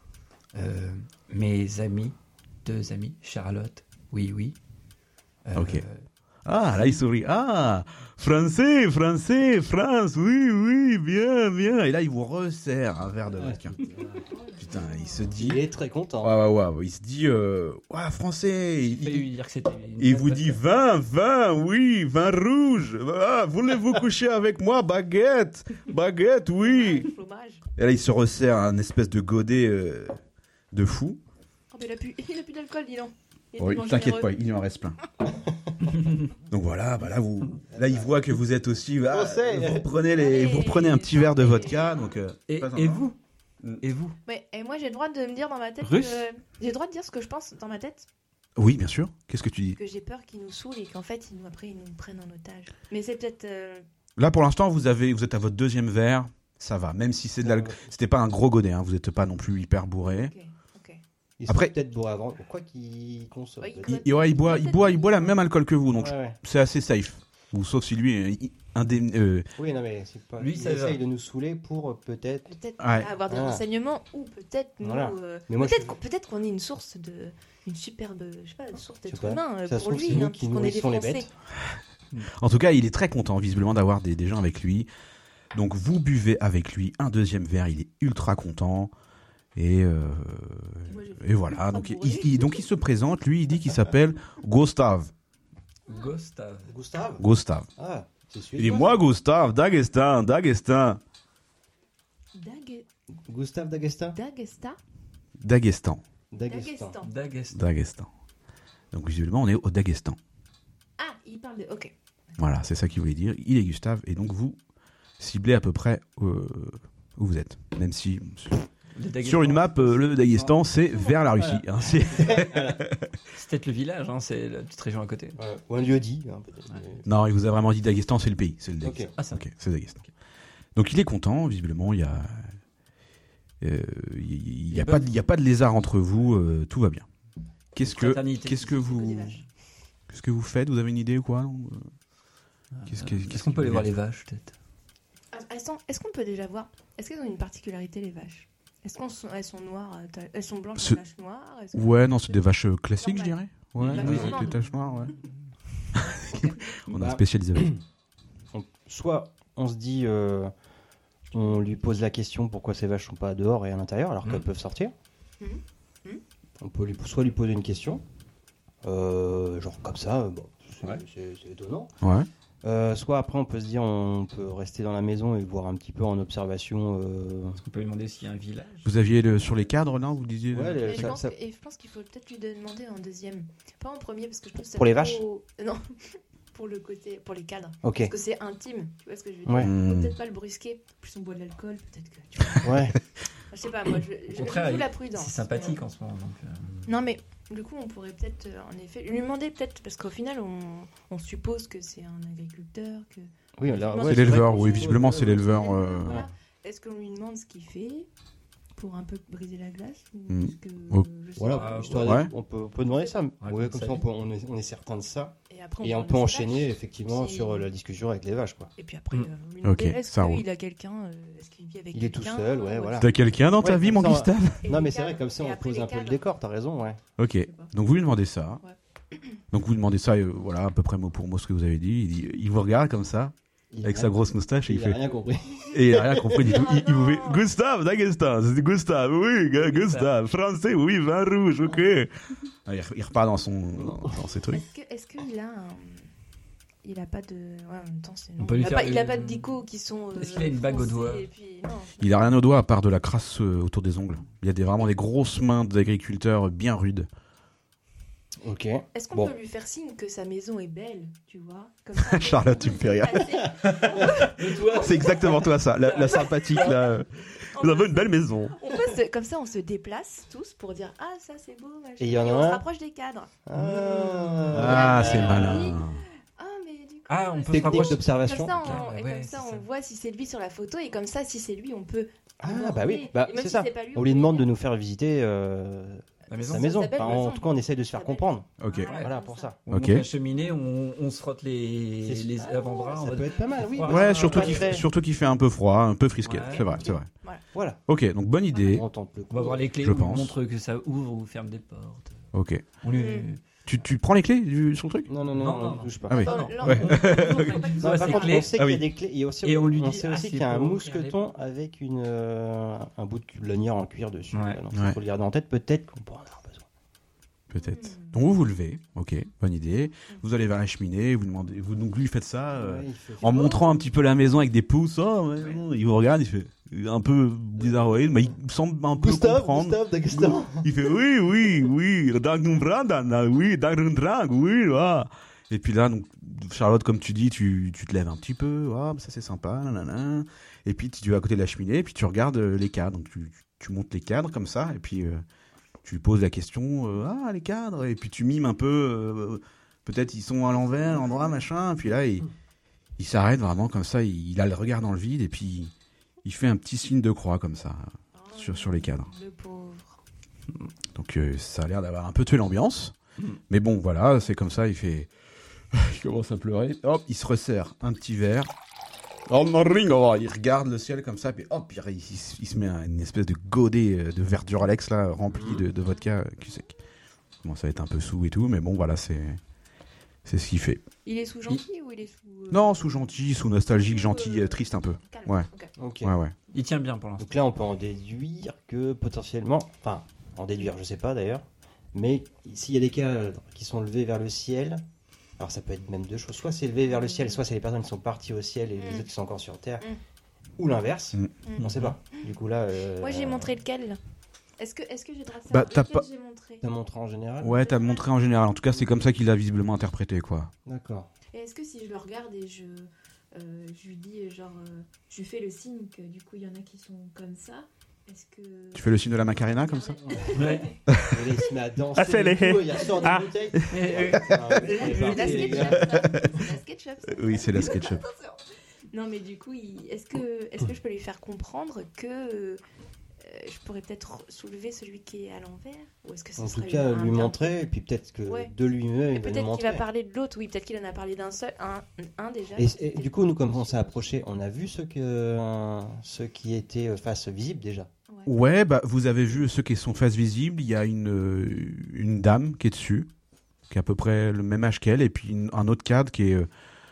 Mes amis, 2 amis, Charlotte, oui. Ok. Ah, là, il sourit. Ah, français, France, oui, bien. Et là, il vous resserre un verre de vodka. Putain, il se dit... Il est très content. Ouais. Il se dit, français. Il fallait lui dire que c'était. Il vous dit vin, oui, vin rouge. Ah, voulez-vous coucher avec moi, baguette, oui. Fromage. Et là, il se resserre un espèce de godet de fou. Oh, mais il a plus d'alcool, dis donc. Il est Oui, tellement t'inquiète généreux. pas, il y en reste plein. Donc voilà, bah là, il voit que vous êtes aussi. Vous reprenez un petit verre de vodka. Donc, Et pas vous Et vous Ouais, et moi j'ai le droit de me dire dans ma tête Russe j'ai le droit de dire ce que je pense dans ma tête, Oui, bien sûr. Qu'est-ce que tu dis? que j'ai peur qu'ils nous saoulent et qu'en fait ils nous prennent en otage. Mais c'est peut-être Là, pour l'instant, vous êtes à votre deuxième verre. Ça va, même si c'est de l'alcool. C'était pas un gros godet, hein. Vous n'êtes pas non plus hyper bourré. ok. Il Après- serait peut-être bourré avant. Quoi qu'il consomme. Ouais, peut-être. Il boit la même alcool que vous, donc Ouais. c'est assez safe. Ou sauf si lui, Oui, non, mais c'est pas. Lui, il ça va. essaye de nous saouler pour peut-être. Peut-être Ouais. avoir des Ah. renseignements ou peut-être nous Voilà. Mais moi, peut-être qu'on est une source de une superbe je sais pas une source Je sais d'être pas. humain Ça se pour trouve, lui c'est nous hein, qui parce qu'on est des nourrissons les Français. bêtes. En tout cas, il est très content, visiblement, d'avoir des gens avec lui. Donc, vous buvez avec lui un deuxième verre. Il est ultra content. Et voilà. ultra Donc bourré. il se présente. Lui, il dit qu'il s'appelle Gustave. Gustave. Gustave. Ah, c'est Il celui dit moi, Gustave, Dagestan. Dagestan. Gustave Dagestan. Dagestan. Dagestan. Donc, visiblement, on est au Dagestan. Ah, il parle de OK. Voilà, c'est ça qu'il voulait dire. Il est Gustave. Et donc, vous ciblez à peu près où vous êtes. Même si, sur une map, le Daghestan, c'est vers la Russie. Hein, c'est... C'est peut-être le village, hein, c'est la petite région à côté. Ou un lieu dit, hein, peut-être. Non, il vous a vraiment dit Daghestan, c'est le pays. C'est le Daghestan. Ok. Ah, ça. Ok, c'est le Daghestan. Donc il est content, visiblement, il y a pas de lézard entre vous, tout va bien. Qu'est-ce que vous faites? Vous avez une idée ou quoi? Est-ce qu'on peut aller voir les vaches, peut-être? Est-ce qu'on peut déjà voir? Est-ce qu'elles ont une particularité les vaches? Est-ce qu'elles sont noires? Elles sont blanches Ce- à taches noires? Est-ce que- Ouais, non, c'est des vaches classiques, je Normal. dirais. Ouais, Oui, avec oui. des taches noires, ouais. On a Bah, spécialisé avec. Soit on se dit, on lui pose la question pourquoi ces vaches sont pas dehors et à l'intérieur alors qu'elles peuvent sortir. On peut soit lui poser une question, genre comme ça, bon, c'est étonnant. Ouais. Soit après on peut se dire on peut rester dans la maison et le voir un petit peu en observation. Est-ce qu'on peut lui demander s'il y a un village? Vous aviez sur les cadres, là, vous disiez. Ouais, Et je ça- pense ça- et je pense qu'il faut peut-être lui demander en deuxième. Pas en premier parce que je pense que c'est Pour les trop- vaches Non, pour le côté, pour les cadres. Ok. Parce que c'est intime, tu vois ce que je veux dire. Ouais. Faut peut-être pas le brusquer. Plus on boit de l'alcool, peut-être que. Tu vois. Ouais. Je sais pas, moi je contraire, joue la prudence. C'est sympathique en ce moment. Donc, Non mais du coup on pourrait peut-être en effet lui demander peut-être parce qu'au final on suppose que c'est un agriculteur que. Oui, là, C'est ouais, C'est l'éleveur, vrai. oui, visiblement, c'est l'éleveur. Voilà. Est-ce qu'on lui demande ce qu'il fait pour un peu briser la glace ou Mm. est-ce que Oh. je sais Voilà, pas. histoire Ouais. on peut demander ça. Ouais, Ouais, comme ça ça y est. on est certain de ça. Et après Et on parle peut de ses enchaîner vaches. effectivement Si- sur la discussion avec les vaches. Quoi. Et puis après, Mm. lui demander, Ok, est-ce ça qu'il roule. a quelqu'un, est-ce qu'il vit avec Il est tout quelqu'un, seul, ouais, voilà. T'as quelqu'un dans ta Ouais, vie, mon comme ça, Gustave? Et Non les mais c'est cadres, vrai comme ça et on après pose les un peu le cadres. décor, t'as raison, ouais. Ok, Je sais pas. donc vous lui demandez ça. Ouais. Donc vous lui demandez ça, voilà, à peu près mot pour mot ce que vous avez dit. Il vous regarde comme ça, avec sa grosse moustache, et il Il a fait. rien compris. Et il a rien compris du tout. Il vous fait non. Gustave, Daghestan, c'est Gustave, oui, Gustave, français, oui, vin rouge, ok. Ah, il repart dans ses trucs. Est-ce qu'il a il a pas de. Ouais, en même temps, c'est. On non. peut lui Il a faire pas, il a une- pas de dico qui sont. Est-ce qu'il a une bague au foncées, doigt et puis, non. Il a rien au doigt à part de la crasse autour des ongles. Il y a vraiment des grosses mains d'agriculteurs bien rudes. Ok. Est-ce qu'on Bon. peut lui faire signe que sa maison est belle, tu vois comme ça, Charlotte, tu me fais rire. Assez- C'est exactement toi ça, la sympathique là. Vous avez une belle maison. On peut comme ça, on se déplace tous pour dire ah ça c'est beau, machin. Et il y en a on un se rapproche des cadres. Ah, c'est malin. Ah mais du coup. Ah, on peut se Technique rapprocher. d'observation. Comme ça, Ah, et ouais, comme ça, c'est on ça. voit si c'est lui sur la photo et comme ça, si c'est lui, on peut. Ah aborder. bah oui, bah, Et même c'est si ça. pas lui, On lui peut demande dire. de nous faire visiter La maison. sa maison. s'appelle Enfin, maison. en tout cas, on essaye de se faire Ça s'appelle- comprendre. Ok. Voilà, pour ça. On Ok. monte la cheminée, on se frotte les C'est- avant-bras. Ça peut être pas mal, oui. Ouais. Ouais, surtout pas qu'il très- fait un peu froid, un peu frisquet. Ouais. C'est vrai, c'est vrai. Voilà. Ok, donc bonne idée. On tente le coup. On va voir les clés, Je on pense. montre que ça ouvre ou ferme des portes. Ok. On lui... Mm. Tu prends les clés sur le truc Non, non, non, Non, non, non, touche pas. Ah oui. Ah non. Là, Ouais. on ouvre pas Non, Ouais, par c'est contre, clé. on sait Ah qu'il y oui. a des clés. Et, aussi, Et on lui on dit, sait ah, aussi c'est qu'il y a un pour mousqueton avec un bout de lanière en cuir dessus. Ouais. Donc, Ouais. il faut le garder en tête. Peut-être qu'on pourra en avoir besoin. Peut-être. Donc vous vous levez, ok, bonne idée. Vous allez vers la cheminée, vous demandez, donc lui faites ça Ouais, il fait- en montrant un petit peu la maison avec des pouces. Oh, ouais, non. Il vous regarde, il fait un peu bizarroïde, mais il semble un peu comprendre. D'Augustin. Il fait oui, oui. Ah. Et puis là, donc Charlotte, comme tu dis, tu te lèves un petit peu. Ah, ça c'est sympa, nanana. Et puis tu vas à côté de la cheminée, et puis tu regardes les cadres. Donc tu montes les cadres comme ça, et puis tu lui poses la question. Ah, les cadres. Et puis tu mimes un peu. Peut-être ils sont à l'envers, à l'endroit, machin. Et puis là, il s'arrête vraiment comme ça. Il a le regard dans le vide, et puis il fait un petit signe de croix comme ça sur les cadres. Le pauvre. Donc ça a l'air d'avoir un peu tué l'ambiance. Mais bon, voilà, c'est comme ça, il fait... il commence à pleurer. Hop, il se resserre un petit verre. Oh, il regarde le ciel comme ça, puis hop, il se met une espèce de godet de verre du Rolex, là, rempli de vodka cul sec. Il commence à être un peu sous et tout, mais bon, voilà, c'est ce qu'il fait. Il est sous gentil ou il est sous. Non, sous gentil, sous nostalgique, gentil, triste un peu. Calme. Ouais. Ok. Ok. Ouais. Il tient bien pour l'instant. Donc là, on peut en déduire que potentiellement, enfin, en déduire, je sais pas d'ailleurs, mais s'il y a des cadres qui sont levés vers le ciel, alors ça peut être même deux choses, soit c'est levé vers le ciel, soit c'est les personnes qui sont parties au ciel et les autres qui sont encore sur terre, ou l'inverse, on sait pas. Du coup là, Moi j'ai montré lequel là. Est-ce que j'ai le droit de Bah, savoir t'as lequel pas- j'ai montré t'as montré en général. Ouais, t'as montré en général. En tout cas, c'est comme ça qu'il l'a visiblement interprété, quoi. D'accord. Et est-ce que si je le regarde et je lui dis genre je lui fais le signe que du coup il y en a qui sont comme ça, est-ce que Tu fais le signe de la Macarena, comme ça Ouais. Et là, il se met à danser. Ah, fais-les. et tout, il ressort des bouteilles. c'est la SketchUp ça. C'est la SketchUp ça. Oui, c'est la SketchUp. Attention. Non mais du coup est-ce que je peux lui faire comprendre que je pourrais peut-être soulever celui qui est à l'envers ou est-ce que ce En tout serait cas, un lui bien- montrer, et puis peut-être que Ouais. de lui-même, Et il va nous peut-être qu'il montrer. va parler de l'autre, oui, peut-être qu'il en a parlé d'un seul, un déjà. Et du coup, nous, comme on s'est approché, on a vu ceux qui étaient face visible déjà. Ouais, bah vous avez vu ceux qui sont face visible. Il y a une dame qui est dessus, qui a à peu près le même âge qu'elle, et puis un autre cadre qui est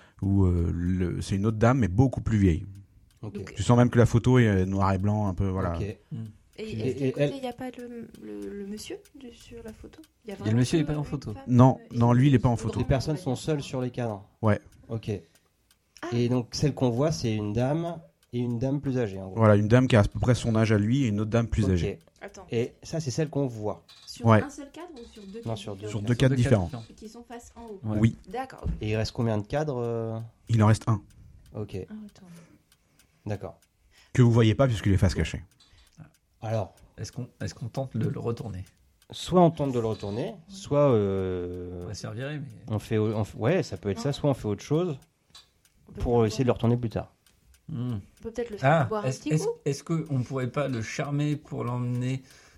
c'est une autre dame, mais beaucoup plus vieille. Ok. Donc, Tu sens même que la photo est noir et blanc, un peu, voilà. Ok. Et Et est-ce que elle- il n'y a pas le monsieur sur la photo? Il y a le vraiment monsieur que est pas en une photo. femme, Non, et non, lui, il est pas en une photo. Les grande, personnes on va sont dire. seules sur les cadres. Ouais. Ok. Ah. Et donc, celle qu'on voit, c'est une dame et une dame plus âgée, en gros. Voilà, une dame qui a à peu près son âge à lui et une autre dame plus Ok. âgée. Attends, Et ça, c'est celle qu'on voit. sur Ouais. un seul cadre ou sur deux Non, cadres sur deux. différents Sur deux cadres différents. Et qui sont face en haut. Ouais. Oui, D'accord. Ok. Et il reste combien de cadres il en reste un Ok, Ah, attends. d'accord. que vous voyez pas puisqu'il est face cachée. Alors, Est-ce qu'on tente de le retourner? soit on tente de le retourner, soit On va se faire virer, mais... ouais, ça peut être ça, soit on fait autre chose On peut pour le essayer de le retourner plus tard. Hmm. On peut peut-être le faire boire un petit coup. Est-ce qu'on pourrait pas le charmer pour l'emmener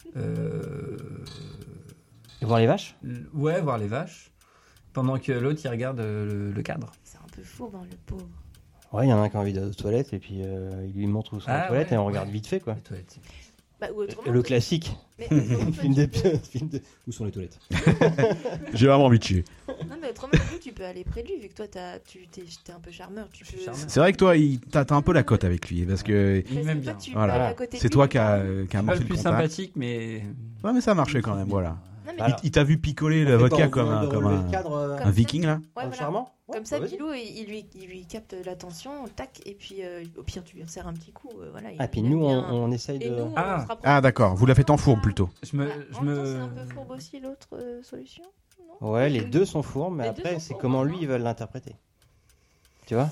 Et voir les vaches ouais, voir les vaches, pendant que l'autre il regarde le cadre. C'est un peu fou, hein, le pauvre. Ouais, il y en a un qui a envie d'aller aux toilettes et puis il lui montre où sont les Ah, toilettes ouais, et on regarde ouais. vite fait, quoi. Les toilettes. Bah, ou autrement, Le toi- classique. mais autrement, toi, Film tu de... peux- Où sont les toilettes J'ai vraiment envie de chier. Non, mais autrement, du coup, tu peux aller près de lui, vu que toi, t'es un peu charmeur. Tu Je suis peux... charmeur. C'est vrai que toi, t'as un peu la cote avec lui parce que Il Parce m'aime que toi, bien. tu peux Voilà. aller à côté de c'est lui, toi mais qui a quand- amorcé Pas le le plus contact. sympathique, mais... Ouais, mais ça a marché quand même, voilà. Non, mais Alors, Il t'a vu picoler on le fait vodka pas, on comme vient de un relever le cadre, un Comme viking là. ouais, en voilà. charmant. Ouais, Comme ça, vas-y. Pilou, il lui capte l'attention, tac, et puis au pire, tu lui insères un petit coup. Voilà, Ah, puis il aime nous, bien. on essaye Et de. nous, on Ah. se rapproche. Ah d'accord, vous la faites en fourbe plutôt. Je me, Ah, je en même temps, me... c'est un peu fourbe aussi l'autre solution, non? Ouais, les deux sont fourbes, mais Les deux après, sont c'est fourbes, comment hein. lui, ils veulent l'interpréter. Tu vois?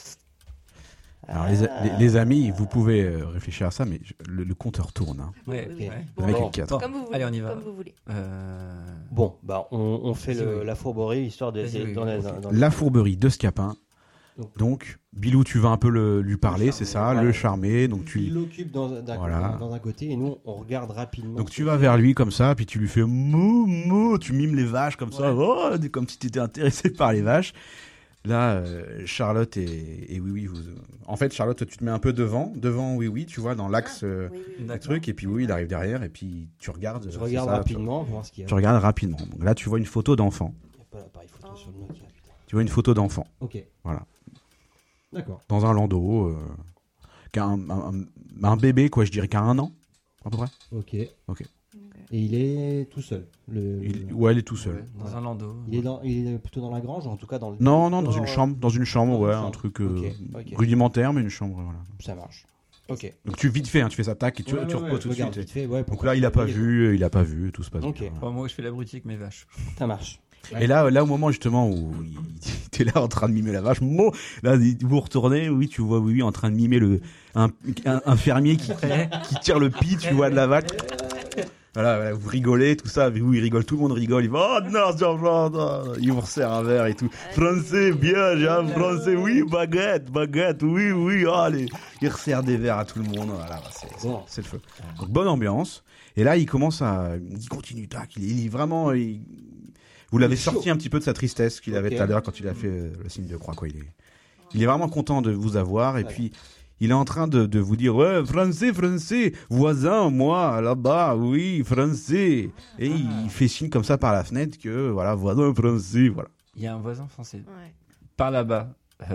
Alors Ah. les amis, vous pouvez réfléchir à ça, mais le compteur tourne. Hein. Ouais, Oui, oui. ouais. Le mec Bon. est 4. Bon, Comme vous voulez. allez, on y va. Comme vous voulez. Bon, bah, on fait Vas-y, oui. la fourberie histoire d'essayer Vas-y, oui, dans les. ok. dans- La fourberie de Scapin. Donc- Donc Bilou, tu vas un peu lui parler, c'est ça, voilà. le charmer. Donc Il tu l'occupe dans Voilà. un côté et nous, on regarde rapidement. donc tu vas vers lui comme ça, puis tu lui fais mou mou, tu mimes les vaches comme ça, oh, comme si tu étais intéressé par les vaches. Là, Charlotte et oui, en fait, Charlotte, tu te mets un peu devant, oui, tu vois, dans l'axe Oui, oui, oui. du D'accord. truc, et puis oui, il arrive derrière, et puis tu regardes. Je regarde c'est ça, rapidement, voir ce qu'il y a. Tu regardes rapidement. Donc là, tu vois une photo d'enfant. Il n'y a pas l'appareil photo Oh. sur le Nokia, putain. Tu vois une photo d'enfant Ok. Voilà. D'accord. dans un landau, qui a un bébé, quoi, je dirais, qui a 1 an, à peu près. Ok. Ok. Et il est tout seul. Ouais, il est tout seul. Ouais, dans un landau. Il est plutôt dans la grange, ou en tout cas dans le. Non, dans Oh, une chambre, ouais, un truc Ok. rudimentaire, mais une chambre, voilà. Ça marche. Ok. Donc tu vite fait, hein, tu fais ça, tac, et tu Ouais, reposes tout de regarde suite. vite fait, ouais, Donc pourquoi là, tu il a pas fais- vu, tout se passe Ok. bien. Enfin, moi, je fais l'abruti avec mes vaches. Ça marche. Et là, au moment justement où t'es là en train de mimer la vache, là, vous retournez, oui, tu vois, oui, en train de mimer un fermier qui tire le pis, tu vois, de la vache. Voilà, vous rigolez, tout ça, vous, il rigole, tout le monde rigole, il va, oh non, il vous resserre un verre et tout. Français, bien, j'ai un français, oui, baguette, oui, allez. Il resserre des verres à tout le monde, voilà, c'est le feu. Donc, bonne ambiance. Et là, il continue, tac, il est vraiment, vous l'avez sorti un petit peu de sa tristesse qu'il avait tout à l'heure quand il a fait le signe de croix, quoi. Il est vraiment content de vous avoir, et puis, il est en train de vous dire, ouais, français, voisin, moi, là-bas, oui, français. Et il fait signe comme ça par la fenêtre que, voilà, voisin français, voilà. Il y a un voisin français. Ouais. Par là-bas.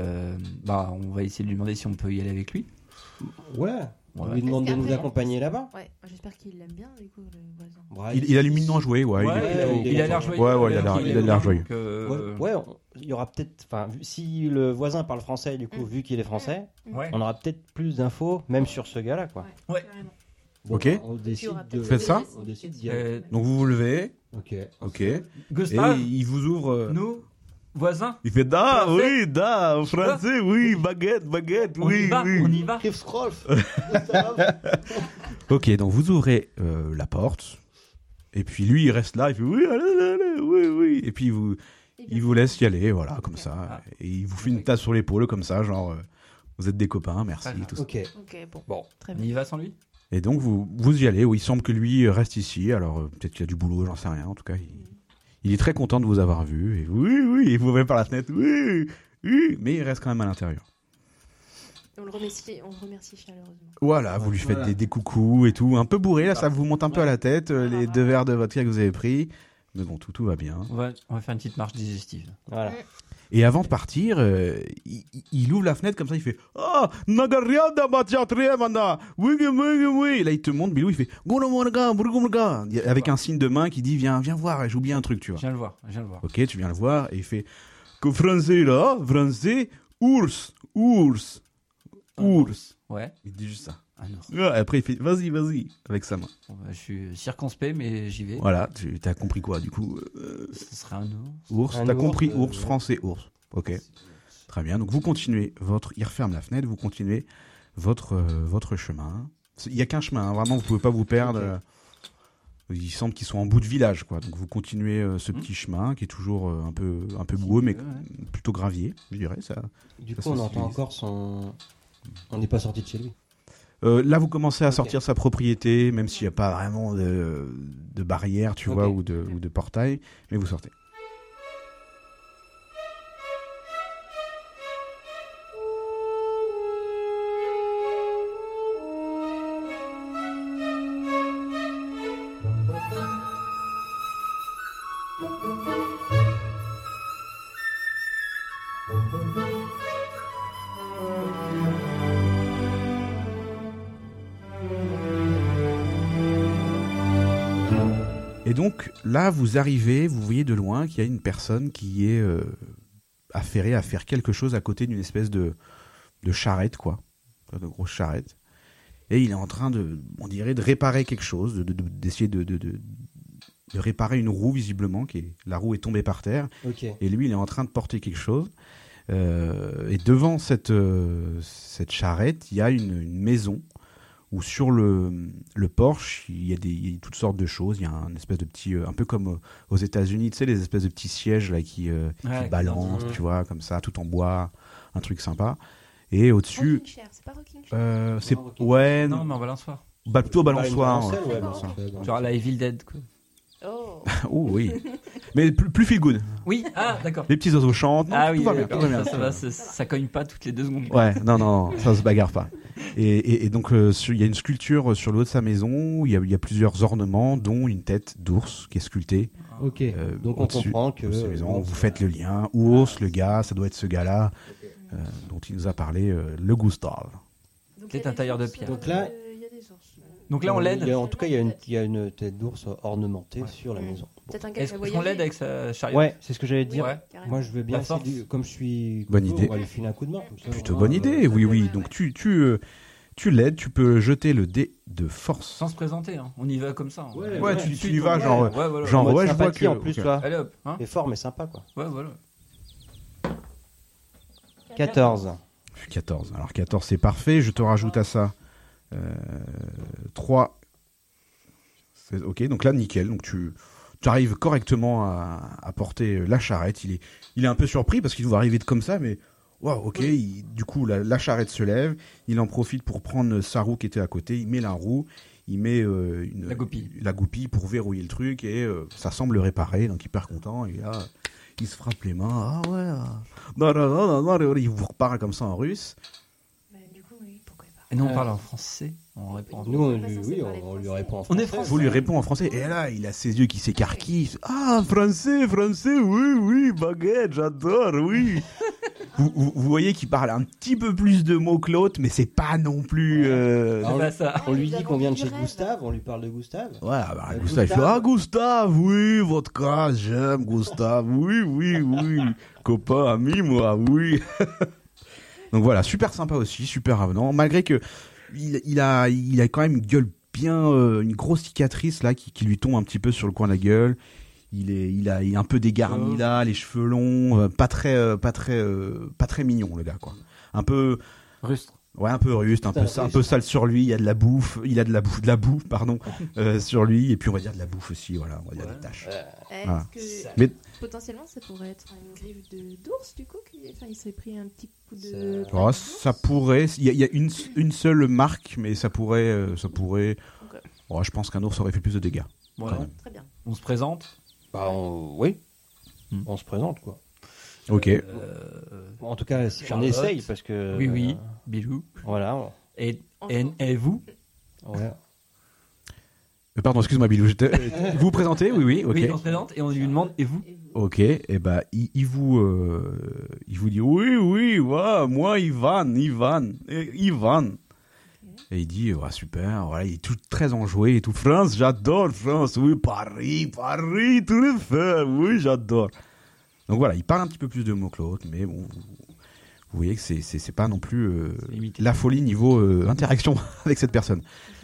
On va essayer de lui demander si on peut y aller avec lui. Ouais. On Ouais. lui demande de Est-ce nous qu'après- accompagner là-bas. Ouais, j'espère qu'il l'aime bien, du coup, le voisin. Ouais, Il a luminousement joué, ouais. Il a l'air joyeux. Ouais, il a l'air joyeux. Il y aura peut-être. Enfin, si le voisin parle français, du coup, vu qu'il est français, Ouais. on aura peut-être plus d'infos, même sur ce gars-là, quoi. Ouais. Carrément. Bon, Ok. On décide aura de. peut-être Faites ça On décide d'y aller. Donc vous vous levez, Ok. ok. Et Gustav, il vous ouvre. nous, voisins, Il fait da, Français. oui, da, français, oui, baguette, on y va, on y va. Ok, donc vous ouvrez la porte. Et puis lui, il reste là, il fait oui, allez, oui. Et puis il vous laisse y aller, voilà, comme ça. Ah. Et il vous fait une tape sur l'épaule, comme ça, genre, vous êtes des copains, merci, Très bien. tout ça. Ok. Ok, bon. Bon. Très On bien. y va sans lui. Et donc vous y allez, il semble que lui reste ici, alors peut-être qu'il a du boulot, j'en sais rien, en tout cas, il est très content de vous avoir vu, et oui, il vous ouvre par la fenêtre, oui, mais il reste quand même à l'intérieur. On le remercie chaleureusement. Voilà, vous lui faites des coucous et tout, un peu bourré, là, ça vous monte un peu à la tête, les 2 verres de vodka que vous avez pris, mais bon, tout va bien. On va faire une petite marche digestive. Voilà. Et avant de partir, il ouvre la fenêtre comme ça, il fait « Ah, Nagariada Batiatriemana, oui. » Et là, il te montre, Bilou, il fait « Gonomorga, Burgomorga » avec un signe de main qui dit « Viens voir, j'ai oublié un truc, tu vois. Je viens le voir. » Ok, tu viens le voir, et il fait « Que français là, français, ours. » Ouais. Il dit juste ça. Ah non. Ouais, après, il fait « Vas-y, avec sa main. Bon, bah, je suis circonspect, mais j'y vais. Voilà, tu as compris quoi, du coup Ce sera un ours. Ours, Un t'as ours, compris, ours, français, ours. Ok, très bien. Donc vous continuez il referme la fenêtre, vous continuez votre chemin. Il y a qu'un chemin, hein, vraiment, vous pouvez pas vous perdre. Il semble qu'ils sont en bout de village, quoi. Donc vous continuez ce petit chemin qui est toujours un peu boueux, mais plutôt gravier, je dirais. Ça. Du Ça coup, on se entend utilise. encore son. On n'est pas sorti de chez lui. Là, vous commencez à Ok. sortir sa propriété, même s'il n'y a pas vraiment de barrière, tu vois, Ok. ou de portail, mais vous sortez. Et Et donc là, vous arrivez, vous voyez de loin qu'il y a une personne qui est affairée à faire quelque chose à côté d'une espèce de charrette, quoi, de grosse charrette. Et il est en train on dirait, de réparer quelque chose, d'essayer de réparer une roue visiblement, la roue est tombée par terre. Ok. Et lui, il est en train de porter quelque chose. Et devant cette charrette, il y a une maison où sur le porche, il y a toutes sortes de choses. Il y a un espèce de petit, un peu comme aux États-Unis, tu sais, les espèces de petits sièges là qui balancent, tu vois, comme ça, tout en bois, un truc sympa. Et au-dessus, Rocking Chair, c'est pas Rocking Chair. c'est Non, ouais, Non, mais en balançoire. plutôt balançoire. Balançoire, Ouais. ouais, Balançoire. Genre la Evil Dead, quoi. Oh. Oh oui, mais plus feel good. Oui, d'accord. Les petits oiseaux chantent. Non, Ah tout oui, va bien, d'accord. tout va bien. Ça va, ça cogne pas toutes les 2 secondes. Ouais, non, ça se bagarre pas. Et donc, il y a une sculpture sur le haut de sa maison, il y a plusieurs ornements, dont une tête d'ours qui est sculptée. Ok. Donc on au-dessus comprend de que. sa maison. Vous faites le lien. Ours, le gars, ça doit être ce gars-là dont il nous a parlé, le Gustave. Donc, C'est il y a un des tailleur de ours, pierre. Donc là- il y a des ours. Donc là, on l'aide. En tout cas, il y a une tête d'ours ornementée sur la maison. Peut-être un gars Est-ce qui a qu'on voyagé. l'aide avec sa chariot? Ouais, c'est ce que j'allais dire. Ouais. Carrément. Moi, je veux bien La force. essayer comme je suis. Bonne couteau, idée. On va lui filer un coup de main. Comme ça, Plutôt on bonne va- idée, oui. ouais. Donc, tu l'aides, tu peux jeter le dé de force. Sans se présenter, hein. On y va comme ça. Hein. Ouais, tu y vas, ouais. genre, Ouais, voilà. genre, En mode ouais, je vois sympathie, que. en plus, ok. là. Allez hop, hein. C'est fort, mais sympa, quoi. Ouais, voilà. 14. 14. Alors 14, c'est parfait. Je te rajoute à ça 3. Ok, donc là, nickel. Donc tu arrives correctement à porter la charrette. Il est un peu surpris parce qu'il va arriver comme ça, mais waouh, ok. Du coup, la charrette se lève. Il en profite pour prendre sa roue qui était à côté. Il met la roue. Il met la goupille pour verrouiller le truc et ça semble réparer. Donc hyper content. Et là, il se frappe les mains. Ah ouais. Non, il vous reparle comme ça en russe. Bah, du coup, oui, pourquoi pas. Et nous, on parle en français. On répond en Nous, pas censé parler on lui français. répond en On français. est français. Vous lui répond en français. Et là, il a ses yeux qui s'écarquillent. Ah, français, oui, baguette, j'adore, oui. vous voyez qu'il parle un petit peu plus de mots que l'autre, mais c'est pas non plus. C'est pas ça. On lui Nous dit qu'on vient de avons chez du rêve. Gustave, on lui parle de Gustave. Ouais, bah, Gustave. Gustave, il fait, ah, Gustave, oui, vodka, j'aime Gustave, oui, copain, ami, moi, oui. Donc voilà, super sympa aussi, super avenant, malgré que il a quand même une gueule bien, une grosse cicatrice là qui lui tombe un petit peu sur le coin de la gueule. Il est un peu dégarni là, les cheveux longs, pas très mignon le gars quoi. Un peu Rustre. Ouais, un peu ruste, un peu sale sur lui. Il y a de la bouffe, pardon, sur lui. Et puis on va dire de la bouffe aussi, voilà, on va dire des taches. Voilà. Est-ce que Mais potentiellement ça pourrait être une griffe d'ours du coup il s'est pris un petit coup de. oh, ça pourrait, il y a une seule marque, mais ça pourrait. Ok. Oh, je pense qu'un ours aurait fait plus de dégâts. Voilà. Quand même. Très bien. On se présente. Bah, oui. Hmm. On se présente, quoi. Ok. En tout cas, on Charlotte. essaye parce que. Oui, Bilou. Voilà. Et Enfin. vous Ouais. Pardon, excuse-moi, Bilou. Vous vous présentez? Oui, ok. Oui, on se présente et on lui demande et vous? Ok, et bah il vous dit oui, ouais, moi Ivan. Et il dit ouais, super, voilà, il est tout très enjoué et tout. France, j'adore France, oui, Paris, tout le fait, oui, j'adore. Donc voilà, il parle un petit peu plus de mots que l'autre, mais bon, vous voyez que c'est pas non plus limité. la folie niveau interaction avec cette personne.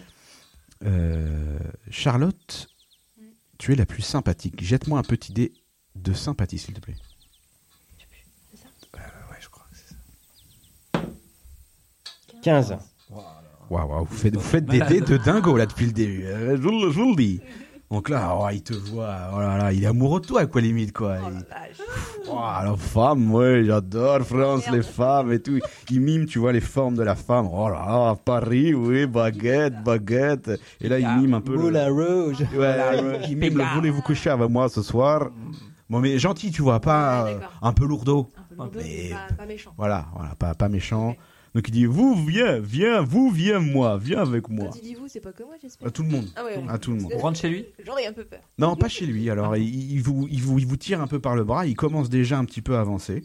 Charlotte, tu es la plus sympathique. Jette-moi un petit dé de sympathie, s'il te plaît. C'est ça Ouais, je crois que c'est ça. 15. Waouh, vous faites des dés de dingo là depuis le début. Je vous le dis. Donc là, oh, il te voit, oh là là, il est amoureux de toi, quoi, limite, quoi. Oh la vache. Oh, la femme, ouais, j'adore France, Merde. les femmes et tout. Il mime, tu vois, les formes de la femme. Oh là là, Paris, oui, baguette. Et là, il mime un peu. Moulin Rouge. Ouais, il mime le voulez-vous coucher avec moi ce soir. Bon, mais gentil, tu vois, pas Ouais, d'accord. un peu lourdeau. Un peu lourdeau, Mais- mais pas méchant. Voilà, pas méchant. Ok. Donc il dit, viens, moi, viens avec moi. Quand il dit vous, c'est pas que moi, j'espère. À tout le monde. Ah ouais, À tout le monde. On rentre chez lui? J'en ai un peu peur. Non, pas chez lui. Alors, il vous tire un peu par le bras. Il commence déjà un petit peu à avancer.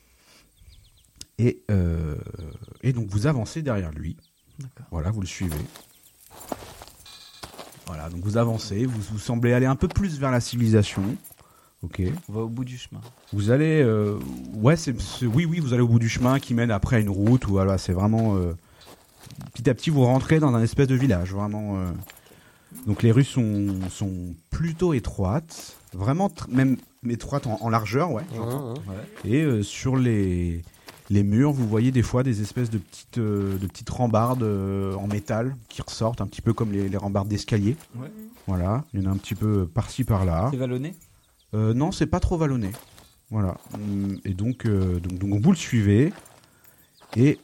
Et donc, vous avancez derrière lui. D'accord. Voilà, vous le suivez. Voilà, donc vous avancez, vous semblez aller un peu plus vers la civilisation. Ok. On va au bout du chemin. Vous allez, oui, vous allez au bout du chemin qui mène après à une route où voilà, c'est vraiment petit à petit vous rentrez dans un espèce de village, vraiment. Donc les rues sont plutôt étroites, vraiment même étroites en largeur, ouais. Et sur les murs, vous voyez des fois des espèces de petites rambardes en métal qui ressortent un petit peu comme les rambardes d'escalier. Ouais. Voilà, il y en a un petit peu par-ci par-là. C'est vallonné? Non, c'est pas trop vallonné. Voilà. Et donc vous le suivez et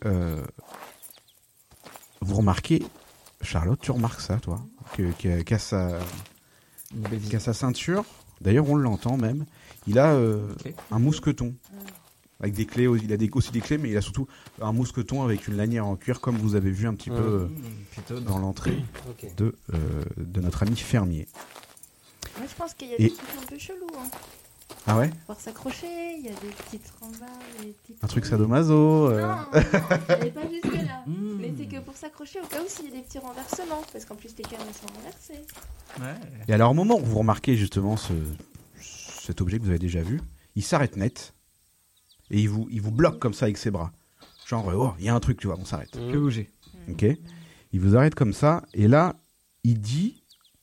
vous remarquez, Charlotte, tu remarques ça, toi, qu'à sa ceinture. D'ailleurs, on l'entend même. Il a un mousqueton avec des clés. Il a aussi des clés, mais il a surtout un mousqueton avec une lanière en cuir, comme vous avez vu un petit peu dans l'entrée de notre ami fermier. Moi, je pense qu'il y a des trucs un peu chelous. Hein. Ah ouais? Pouvoir s'accrocher, il y a des petites rambardes, des petites... Un truc sadomaso. Non, elle est pas jusque là. Mais c'est que pour s'accrocher, au cas où s'il y a des petits renversements, parce qu'en plus les canons sont renversés. Ouais. Et alors au moment où vous remarquez justement cet objet que vous avez déjà vu, il s'arrête net et il vous bloque comme ça avec ses bras. Genre, oh, il y a un truc, tu vois, on s'arrête. Que bouger. Ok. Il vous arrête comme ça et là, il dit...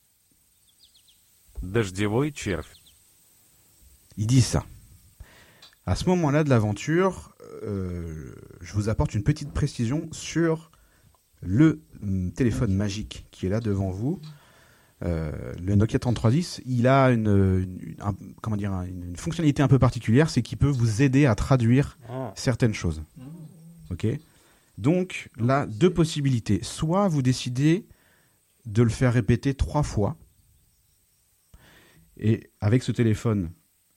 Дождевой червь. Il dit ça. À ce moment-là de l'aventure, je vous apporte une petite précision sur le téléphone magique qui est là devant vous. Le Nokia 3310, il a une fonctionnalité un peu particulière, c'est qu'il peut vous aider à traduire certaines choses. Ok. Donc là, deux possibilités. Soit vous décidez de le faire répéter 3 fois, et avec ce téléphone,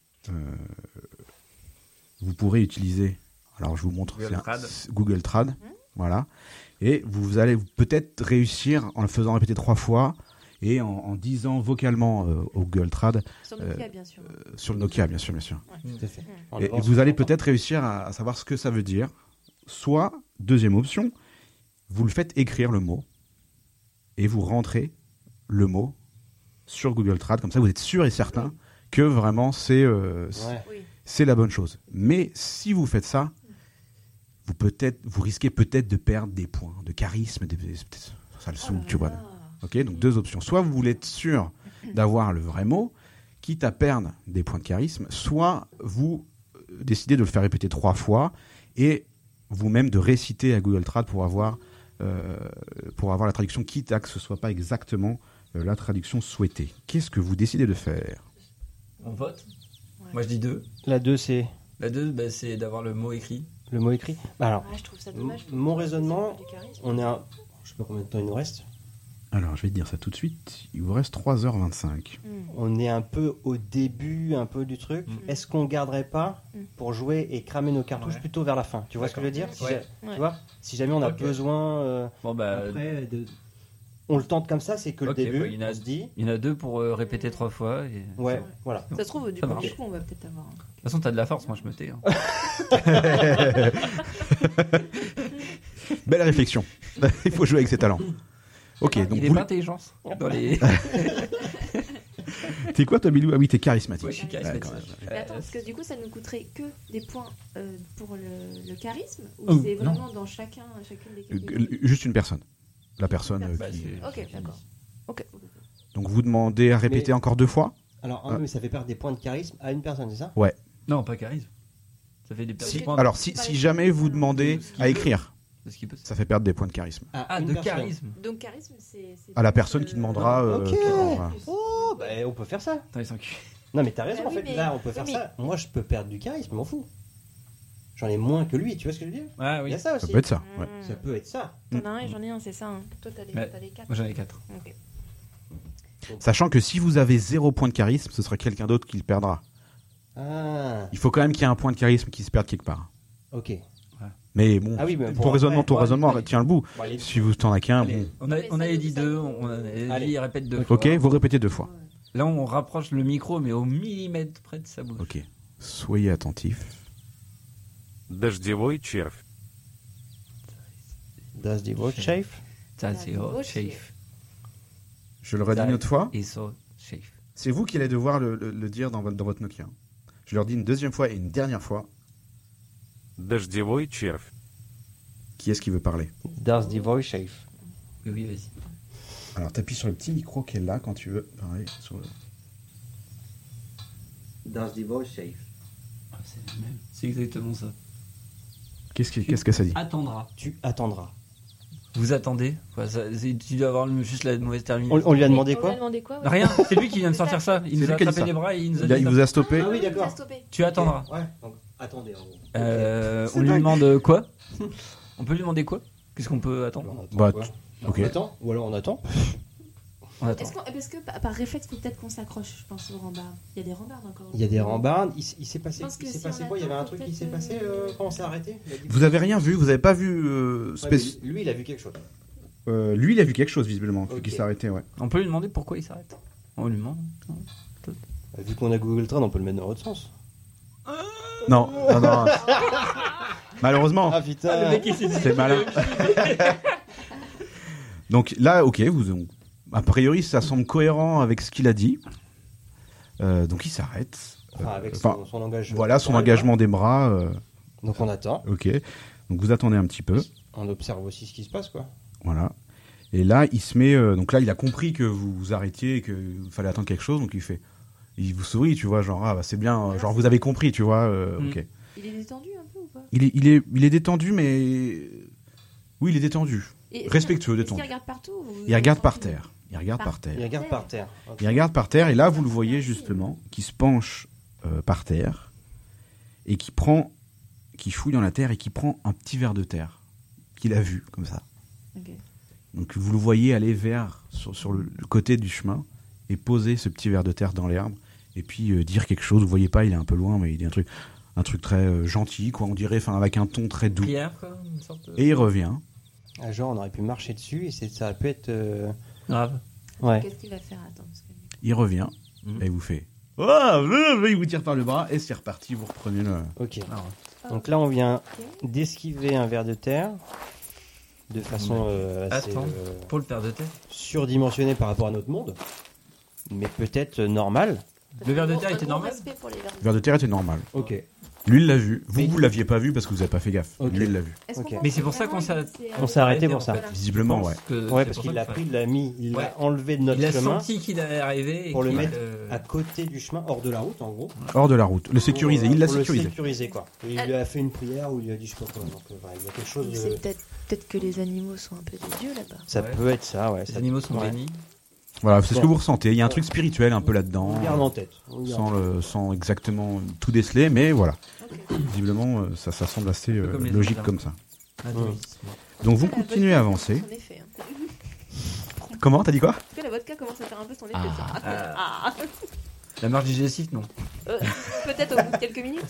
vous pourrez utiliser, alors je vous montre, Google Trad, voilà, et vous allez peut-être réussir en le faisant répéter 3 fois et en disant vocalement au Google Trad, Sur le Nokia, bien sûr. sur le Nokia, bien sûr. Ouais. Tout à fait. Et vous allez peut-être réussir à savoir ce que ça veut dire. Soit, deuxième option, vous le faites écrire le mot et vous rentrez le mot sur Google Trad, comme ça vous êtes sûr et certain que vraiment c'est la bonne chose. Mais si vous faites ça, vous risquez peut-être de perdre des points de charisme, ça le saoule, tu vois. Ok, donc deux options. Soit vous voulez être sûr d'avoir le vrai mot, quitte à perdre des points de charisme, soit vous décidez de le faire répéter 3 fois et vous-même de réciter à Google Trad pour avoir la traduction, quitte à que ce soit pas exactement la traduction souhaitée. Qu'est-ce que vous décidez de faire? On vote. Moi je dis 2. La 2, c'est La 2, c'est d'avoir le mot écrit. le mot écrit. Bah alors, Je trouve ça dommage. mon raisonnement, on est à... Je sais pas combien de temps il nous reste. Alors, je vais te dire ça tout de suite. Il vous reste 3h25. On est un peu au début, un peu du truc. Est-ce qu'on garderait pas pour jouer et cramer nos cartouches plutôt vers la fin? Tu vois ce que je veux dire? Tu vois, si jamais on a besoin Bon bah, après on le tente comme ça, c'est que le début, il y en a, on se dit... Il y en a 2 pour répéter 3 fois. Et... Ouais, voilà. Ça se trouve, du Ça coup, marche. on va peut-être avoir... De toute façon, t'as de la force, moi je me tais. Hein. Belle réflexion. Il faut jouer avec ses talents. Ok, donc Il est vous... pas intelligent dans les... T'es quoi toi, Bilou? Ah oui, t'es charismatique. Ouais, je suis charismatique. Ouais, quand même. Mais attends, parce que du coup, ça nous coûterait que des points pour le charisme, ou Oh, c'est non. vraiment dans chacune des catégories? Juste une personne. La personne Bah, qui... c'est- Ok, d'accord. Ok. Donc vous demandez à répéter encore 2 fois? Alors, mais ça fait perdre des points de charisme à une personne, c'est ça? Non, pas charisme. Ça fait des Si- points. Alors, si jamais vous demandez à écrire, C'est ce qui peut. ça fait perdre des points de charisme. Ah, une de personne. charisme. Donc, charisme, c'est... À la personne qui demandera... Ok. qui demandera. Oh, bah on peut faire ça. Attends, ils sont cul. Non, mais t'as raison, Bah en oui, fait. mais- Là, on peut faire oui, ça. Moi, je peux perdre du charisme, m'en fous. J'en ai moins que lui, tu vois ce que je veux dire? Ah Il oui. y a ça Ça aussi. peut être ça, ouais. Ça peut être ça. T'en as un et j'en ai un, c'est ça. Hein. Toi, t'as les 4. Moi j'en ai 4. Ok. Sachant que si vous avez 0 point de charisme, ce sera quelqu'un d'autre qui le perdra. Ah, Il faut quand même qu'il y ait un point de charisme qui se perde quelque part. ok. Mais bon, Ah oui, mais ton pour raisonnement, après, ouais, tient le bout. Bon, allez. Si vous t'en as qu'un, Allez. bon. On avait dit 2, on avait Allez. dit il répète 2 fois. Ok, vous répétez 2 fois. Là on rapproche le micro mais au millimètre près de sa bouche. Ok. Soyez attentifs. Дождевой червь. Das die Wort Chef? Ça c'est Ah, oh, gauche, safe. Je le redis une autre fois. Et so safe. C'est vous qui allez devoir le dire dans votre Nokia. Je leur dis une deuxième fois et une dernière fois. Дождевой червь. Qui est-ce qui veut parler? Das die Voice Safe. Oui, vas-y. Alors, t'appuies sur le petit micro qui est là quand tu veux parler. Das die Voice Safe. Ah, c'est exactement ça. Qu'est-ce que ça dit? Attendra. Tu attendras. Vous attendez. Tu dois avoir juste la mauvaise terminaison. On lui a demandé On quoi? lui a demandé quoi, ouais. Rien, c'est lui qui vient de sortir ça. Il C'est nous lui a qui a dit attrapé ça. les bras et il nous a dit Il ça. vous a stoppé. Ah oui, d'accord. Ça a stoppé. Tu attendras. Ouais, donc attendez en gros. On lui demande quoi? On peut lui demander quoi? Qu'est-ce qu'on peut attendre? On attend Bah, quoi ok. On attend. Ou alors on attend. On attend. Parce que par réflexe, faut peut-être qu'on s'accroche, je pense, aux rambardes. Il y a des rambardes encore. Il y a des rambardes. Il s'est passé, Je pense que il s'est si passé on quoi? Il y avait un attend, truc qui peut-être, s'est passé quand on s'est arrêté? Il a dit- Vous avez rien vu? Vous avez pas vu Ouais, mais lui, il a vu quelque chose. lui, il a vu quelque chose visiblement. Ok. Qui s'est arrêté, ouais. On peut lui demander pourquoi il s'arrête. On lui demande. Vu qu'on a Google Trend, on peut le mettre dans l'autre sens. Non. Malheureusement. Ah putain. C'est malin. Donc là, ok, a priori, ça semble cohérent avec ce qu'il a dit. Donc il s'arrête. Enfin, avec Enfin, son engagement. voilà son engagement des bras. Donc on attend. Ok. Donc vous attendez un petit peu. On observe aussi ce qui se passe, quoi. Voilà. Et là, il se met. Donc là, il a compris que vous vous arrêtiez et qu'il fallait attendre quelque chose. Donc il vous sourit, tu vois, genre, ah bah c'est bien, genre vous avez compris, tu vois. Ok. Il est détendu un peu ou pas? Il est détendu, mais. Oui, il est détendu. Et Respectueux, est-ce détendu. qu'il regarde partout ou Il regarde par tranquille? terre. Il regarde par terre. Il regarde par terre. Ok. Il regarde par terre et là vous le voyez justement qui se penche par terre et qui fouille dans la terre et qui prend un petit verre de terre qu'il a vu comme ça. Ok. Donc vous le voyez aller sur le côté du chemin et poser ce petit verre de terre dans l'herbe et puis dire quelque chose. Vous voyez pas, il est un peu loin mais il dit un truc très gentil quoi, on dirait, enfin avec un ton très doux. Prière, quoi. Une sorte de... Et il revient. Ah, genre, on aurait pu marcher dessus et ça aurait pu être. Grave. Ouais. Qu'est-ce qu'il va faire? Attends. Parce que... Il revient Mhm. et il vous fait. Il vous tire par le bras et c'est reparti. Vous reprenez le. Ok. Ah, Donc là, on vient Ok. d'esquiver un verre de terre de façon assez Attends. Pour le père de terre. surdimensionnée par rapport à notre monde, mais peut-être normale. Le verre de terre Un était gros normal? respect pour les vers de Le verre de terre était normal. Ok. Lui, il l'a vu. Mais- Vous l'aviez pas vu parce que vous avez pas fait gaffe. Ok. Lui, il l'a vu. Est-ce Ok. qu'on Mais pense c'est pour ça qu'on vraiment s'est- que c'est- On s'est arrêté pour ça. Voilà. Visiblement, ouais. Ouais, parce qu'il l'a pris, il l'a mis, il l'a Ouais. enlevé de notre Il a chemin senti qu'il allait arriver. Et pour le qu'il, mettre à côté du chemin, hors de la route, en gros. Hors de la route. Le sécuriser. Il l'a Pour le sécurisé. sécuriser, quoi. Et il lui a fait une prière ou il lui a dit je sais pas quoi. Donc, voilà, il y a quelque chose Mais de. c'est peut-être que les animaux sont un peu des dieux là-bas. Ça Ouais. peut être ça, ouais. Les Ça... animaux sont ouais. bénis. Voilà, c'est ce Bon. que vous ressentez. Il y a un truc spirituel un peu là-dedans. On le garde en tête. On le garde. Sans exactement tout déceler, mais voilà. Ok. Visiblement, ça semble assez peu comme les logique autres, comme ça. Athéisme. Donc vous La continuez à vodka avancer. commence son effet, hein. Comment? T'as dit quoi? Est-ce que la vodka commence à faire un peu son effet? Ah. ça Ah. La marche digestive, non. Peut-être au bout de quelques minutes.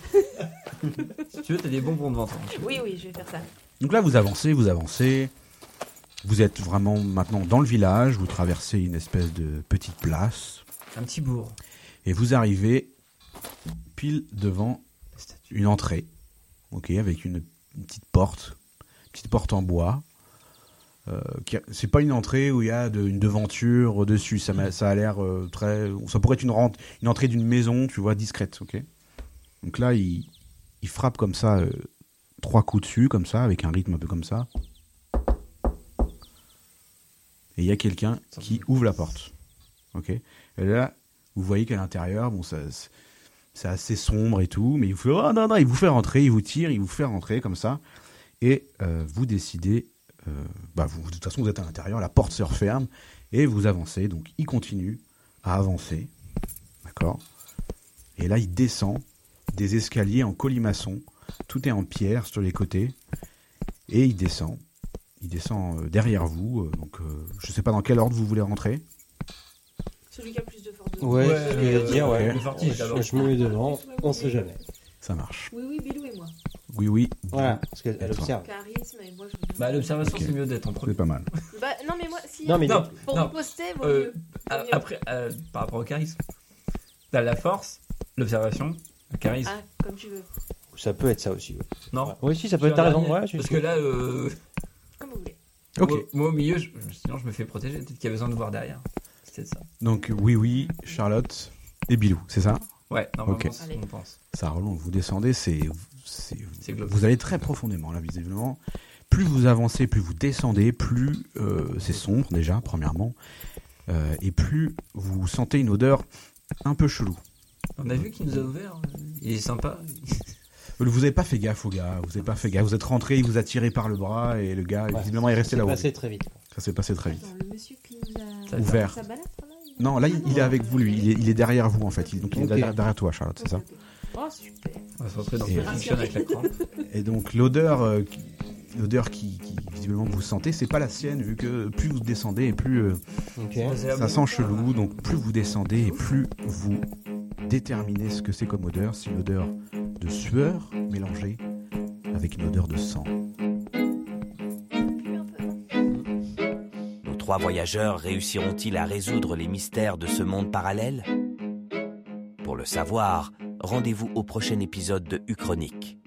Si tu veux, t'as des bonbons devant toi. Oui, je vais faire ça. Donc là, vous avancez. Vous êtes vraiment maintenant dans le village. Vous traversez une espèce de petite place Un petit bourg. et vous arrivez pile devant une entrée, ok, avec une petite porte en bois. C'est pas une entrée où il y a une devanture dessus. Ça a l'air très. Ça pourrait être une entrée d'une maison, tu vois, discrète, ok. Donc là, il frappe comme ça 3 coups dessus, comme ça, avec un rythme un peu comme ça. Et il y a quelqu'un qui ouvre la porte, ok. Et là, vous voyez qu'à l'intérieur, bon, c'est assez sombre et tout, mais il vous fait non, il vous fait rentrer, il vous tire, il vous fait rentrer comme ça, et vous décidez, de toute façon vous êtes à l'intérieur, la porte se referme et vous avancez, donc il continue à avancer, d'accord, et là il descend des escaliers en colimaçon, tout est en pierre sur les côtés, et il descend derrière vous, donc je sais pas dans quel ordre vous voulez rentrer. Celui qui a plus de force. Ouais, je voulais dire, ouais. Le fortiche, d'abord. Je me mets devant, on sait jamais. Ça marche. Oui, Bilou et moi. Oui. Voilà, parce qu'elle observe. Charisme et moi je. Bah, l'observation, Ok. c'est mieux d'être en premier. C'est pas mal. Bah, non, mais moi, si. Non, mais Non, Pour non. me poster, vaut mieux. Après, par rapport au charisme, t'as la force, l'observation, le charisme. Ah, comme tu veux. ça peut être ça aussi. Ouais. Non. Oui, si, ça peut être. T'as raison. Ouais, Parce que là, Comme vous voulez. Ok. moi au milieu, sinon je me fais protéger. Peut-être qu'il y a besoin de voir derrière. C'est ça. Donc oui, Charlotte et Bilou, c'est ça? Ouais, normalement, Ok. c'est ce qu'on pense. Ça remonte, vous descendez, C'est global. vous allez très profondément là, visiblement. Plus vous avancez, plus vous descendez, plus c'est sombre déjà, premièrement, et plus vous sentez une odeur un peu chelou. On a vu qu'il nous a ouvert. Il est sympa. Vous avez pas fait gaffe au gars, vous avez pas fait gaffe. Vous êtes rentré, il vous a tiré par le bras et le gars, visiblement, est resté là-haut. C'est passé très vite. Ça s'est passé très vite. Attends, le monsieur qui nous a Ouvert. sa balade, là, Non, là, il est avec vous, lui. Il est derrière vous, en fait. Donc, il est derrière toi, Charlotte, c'est ça? Oh, super. On va se retrouver dans Et- Pulp Fiction avec la crampe. Et donc, l'odeur qui visiblement vous sentez, c'est pas la sienne, vu que plus vous descendez et plus Ok. ça sent chelou. Donc, plus vous descendez et plus vous déterminez ce que c'est comme odeur. C'est une odeur de sueur mélangée avec une odeur de sang. Nos 3 voyageurs réussiront-ils à résoudre les mystères de ce monde parallèle? Pour le savoir, rendez-vous au prochain épisode de Uchronique.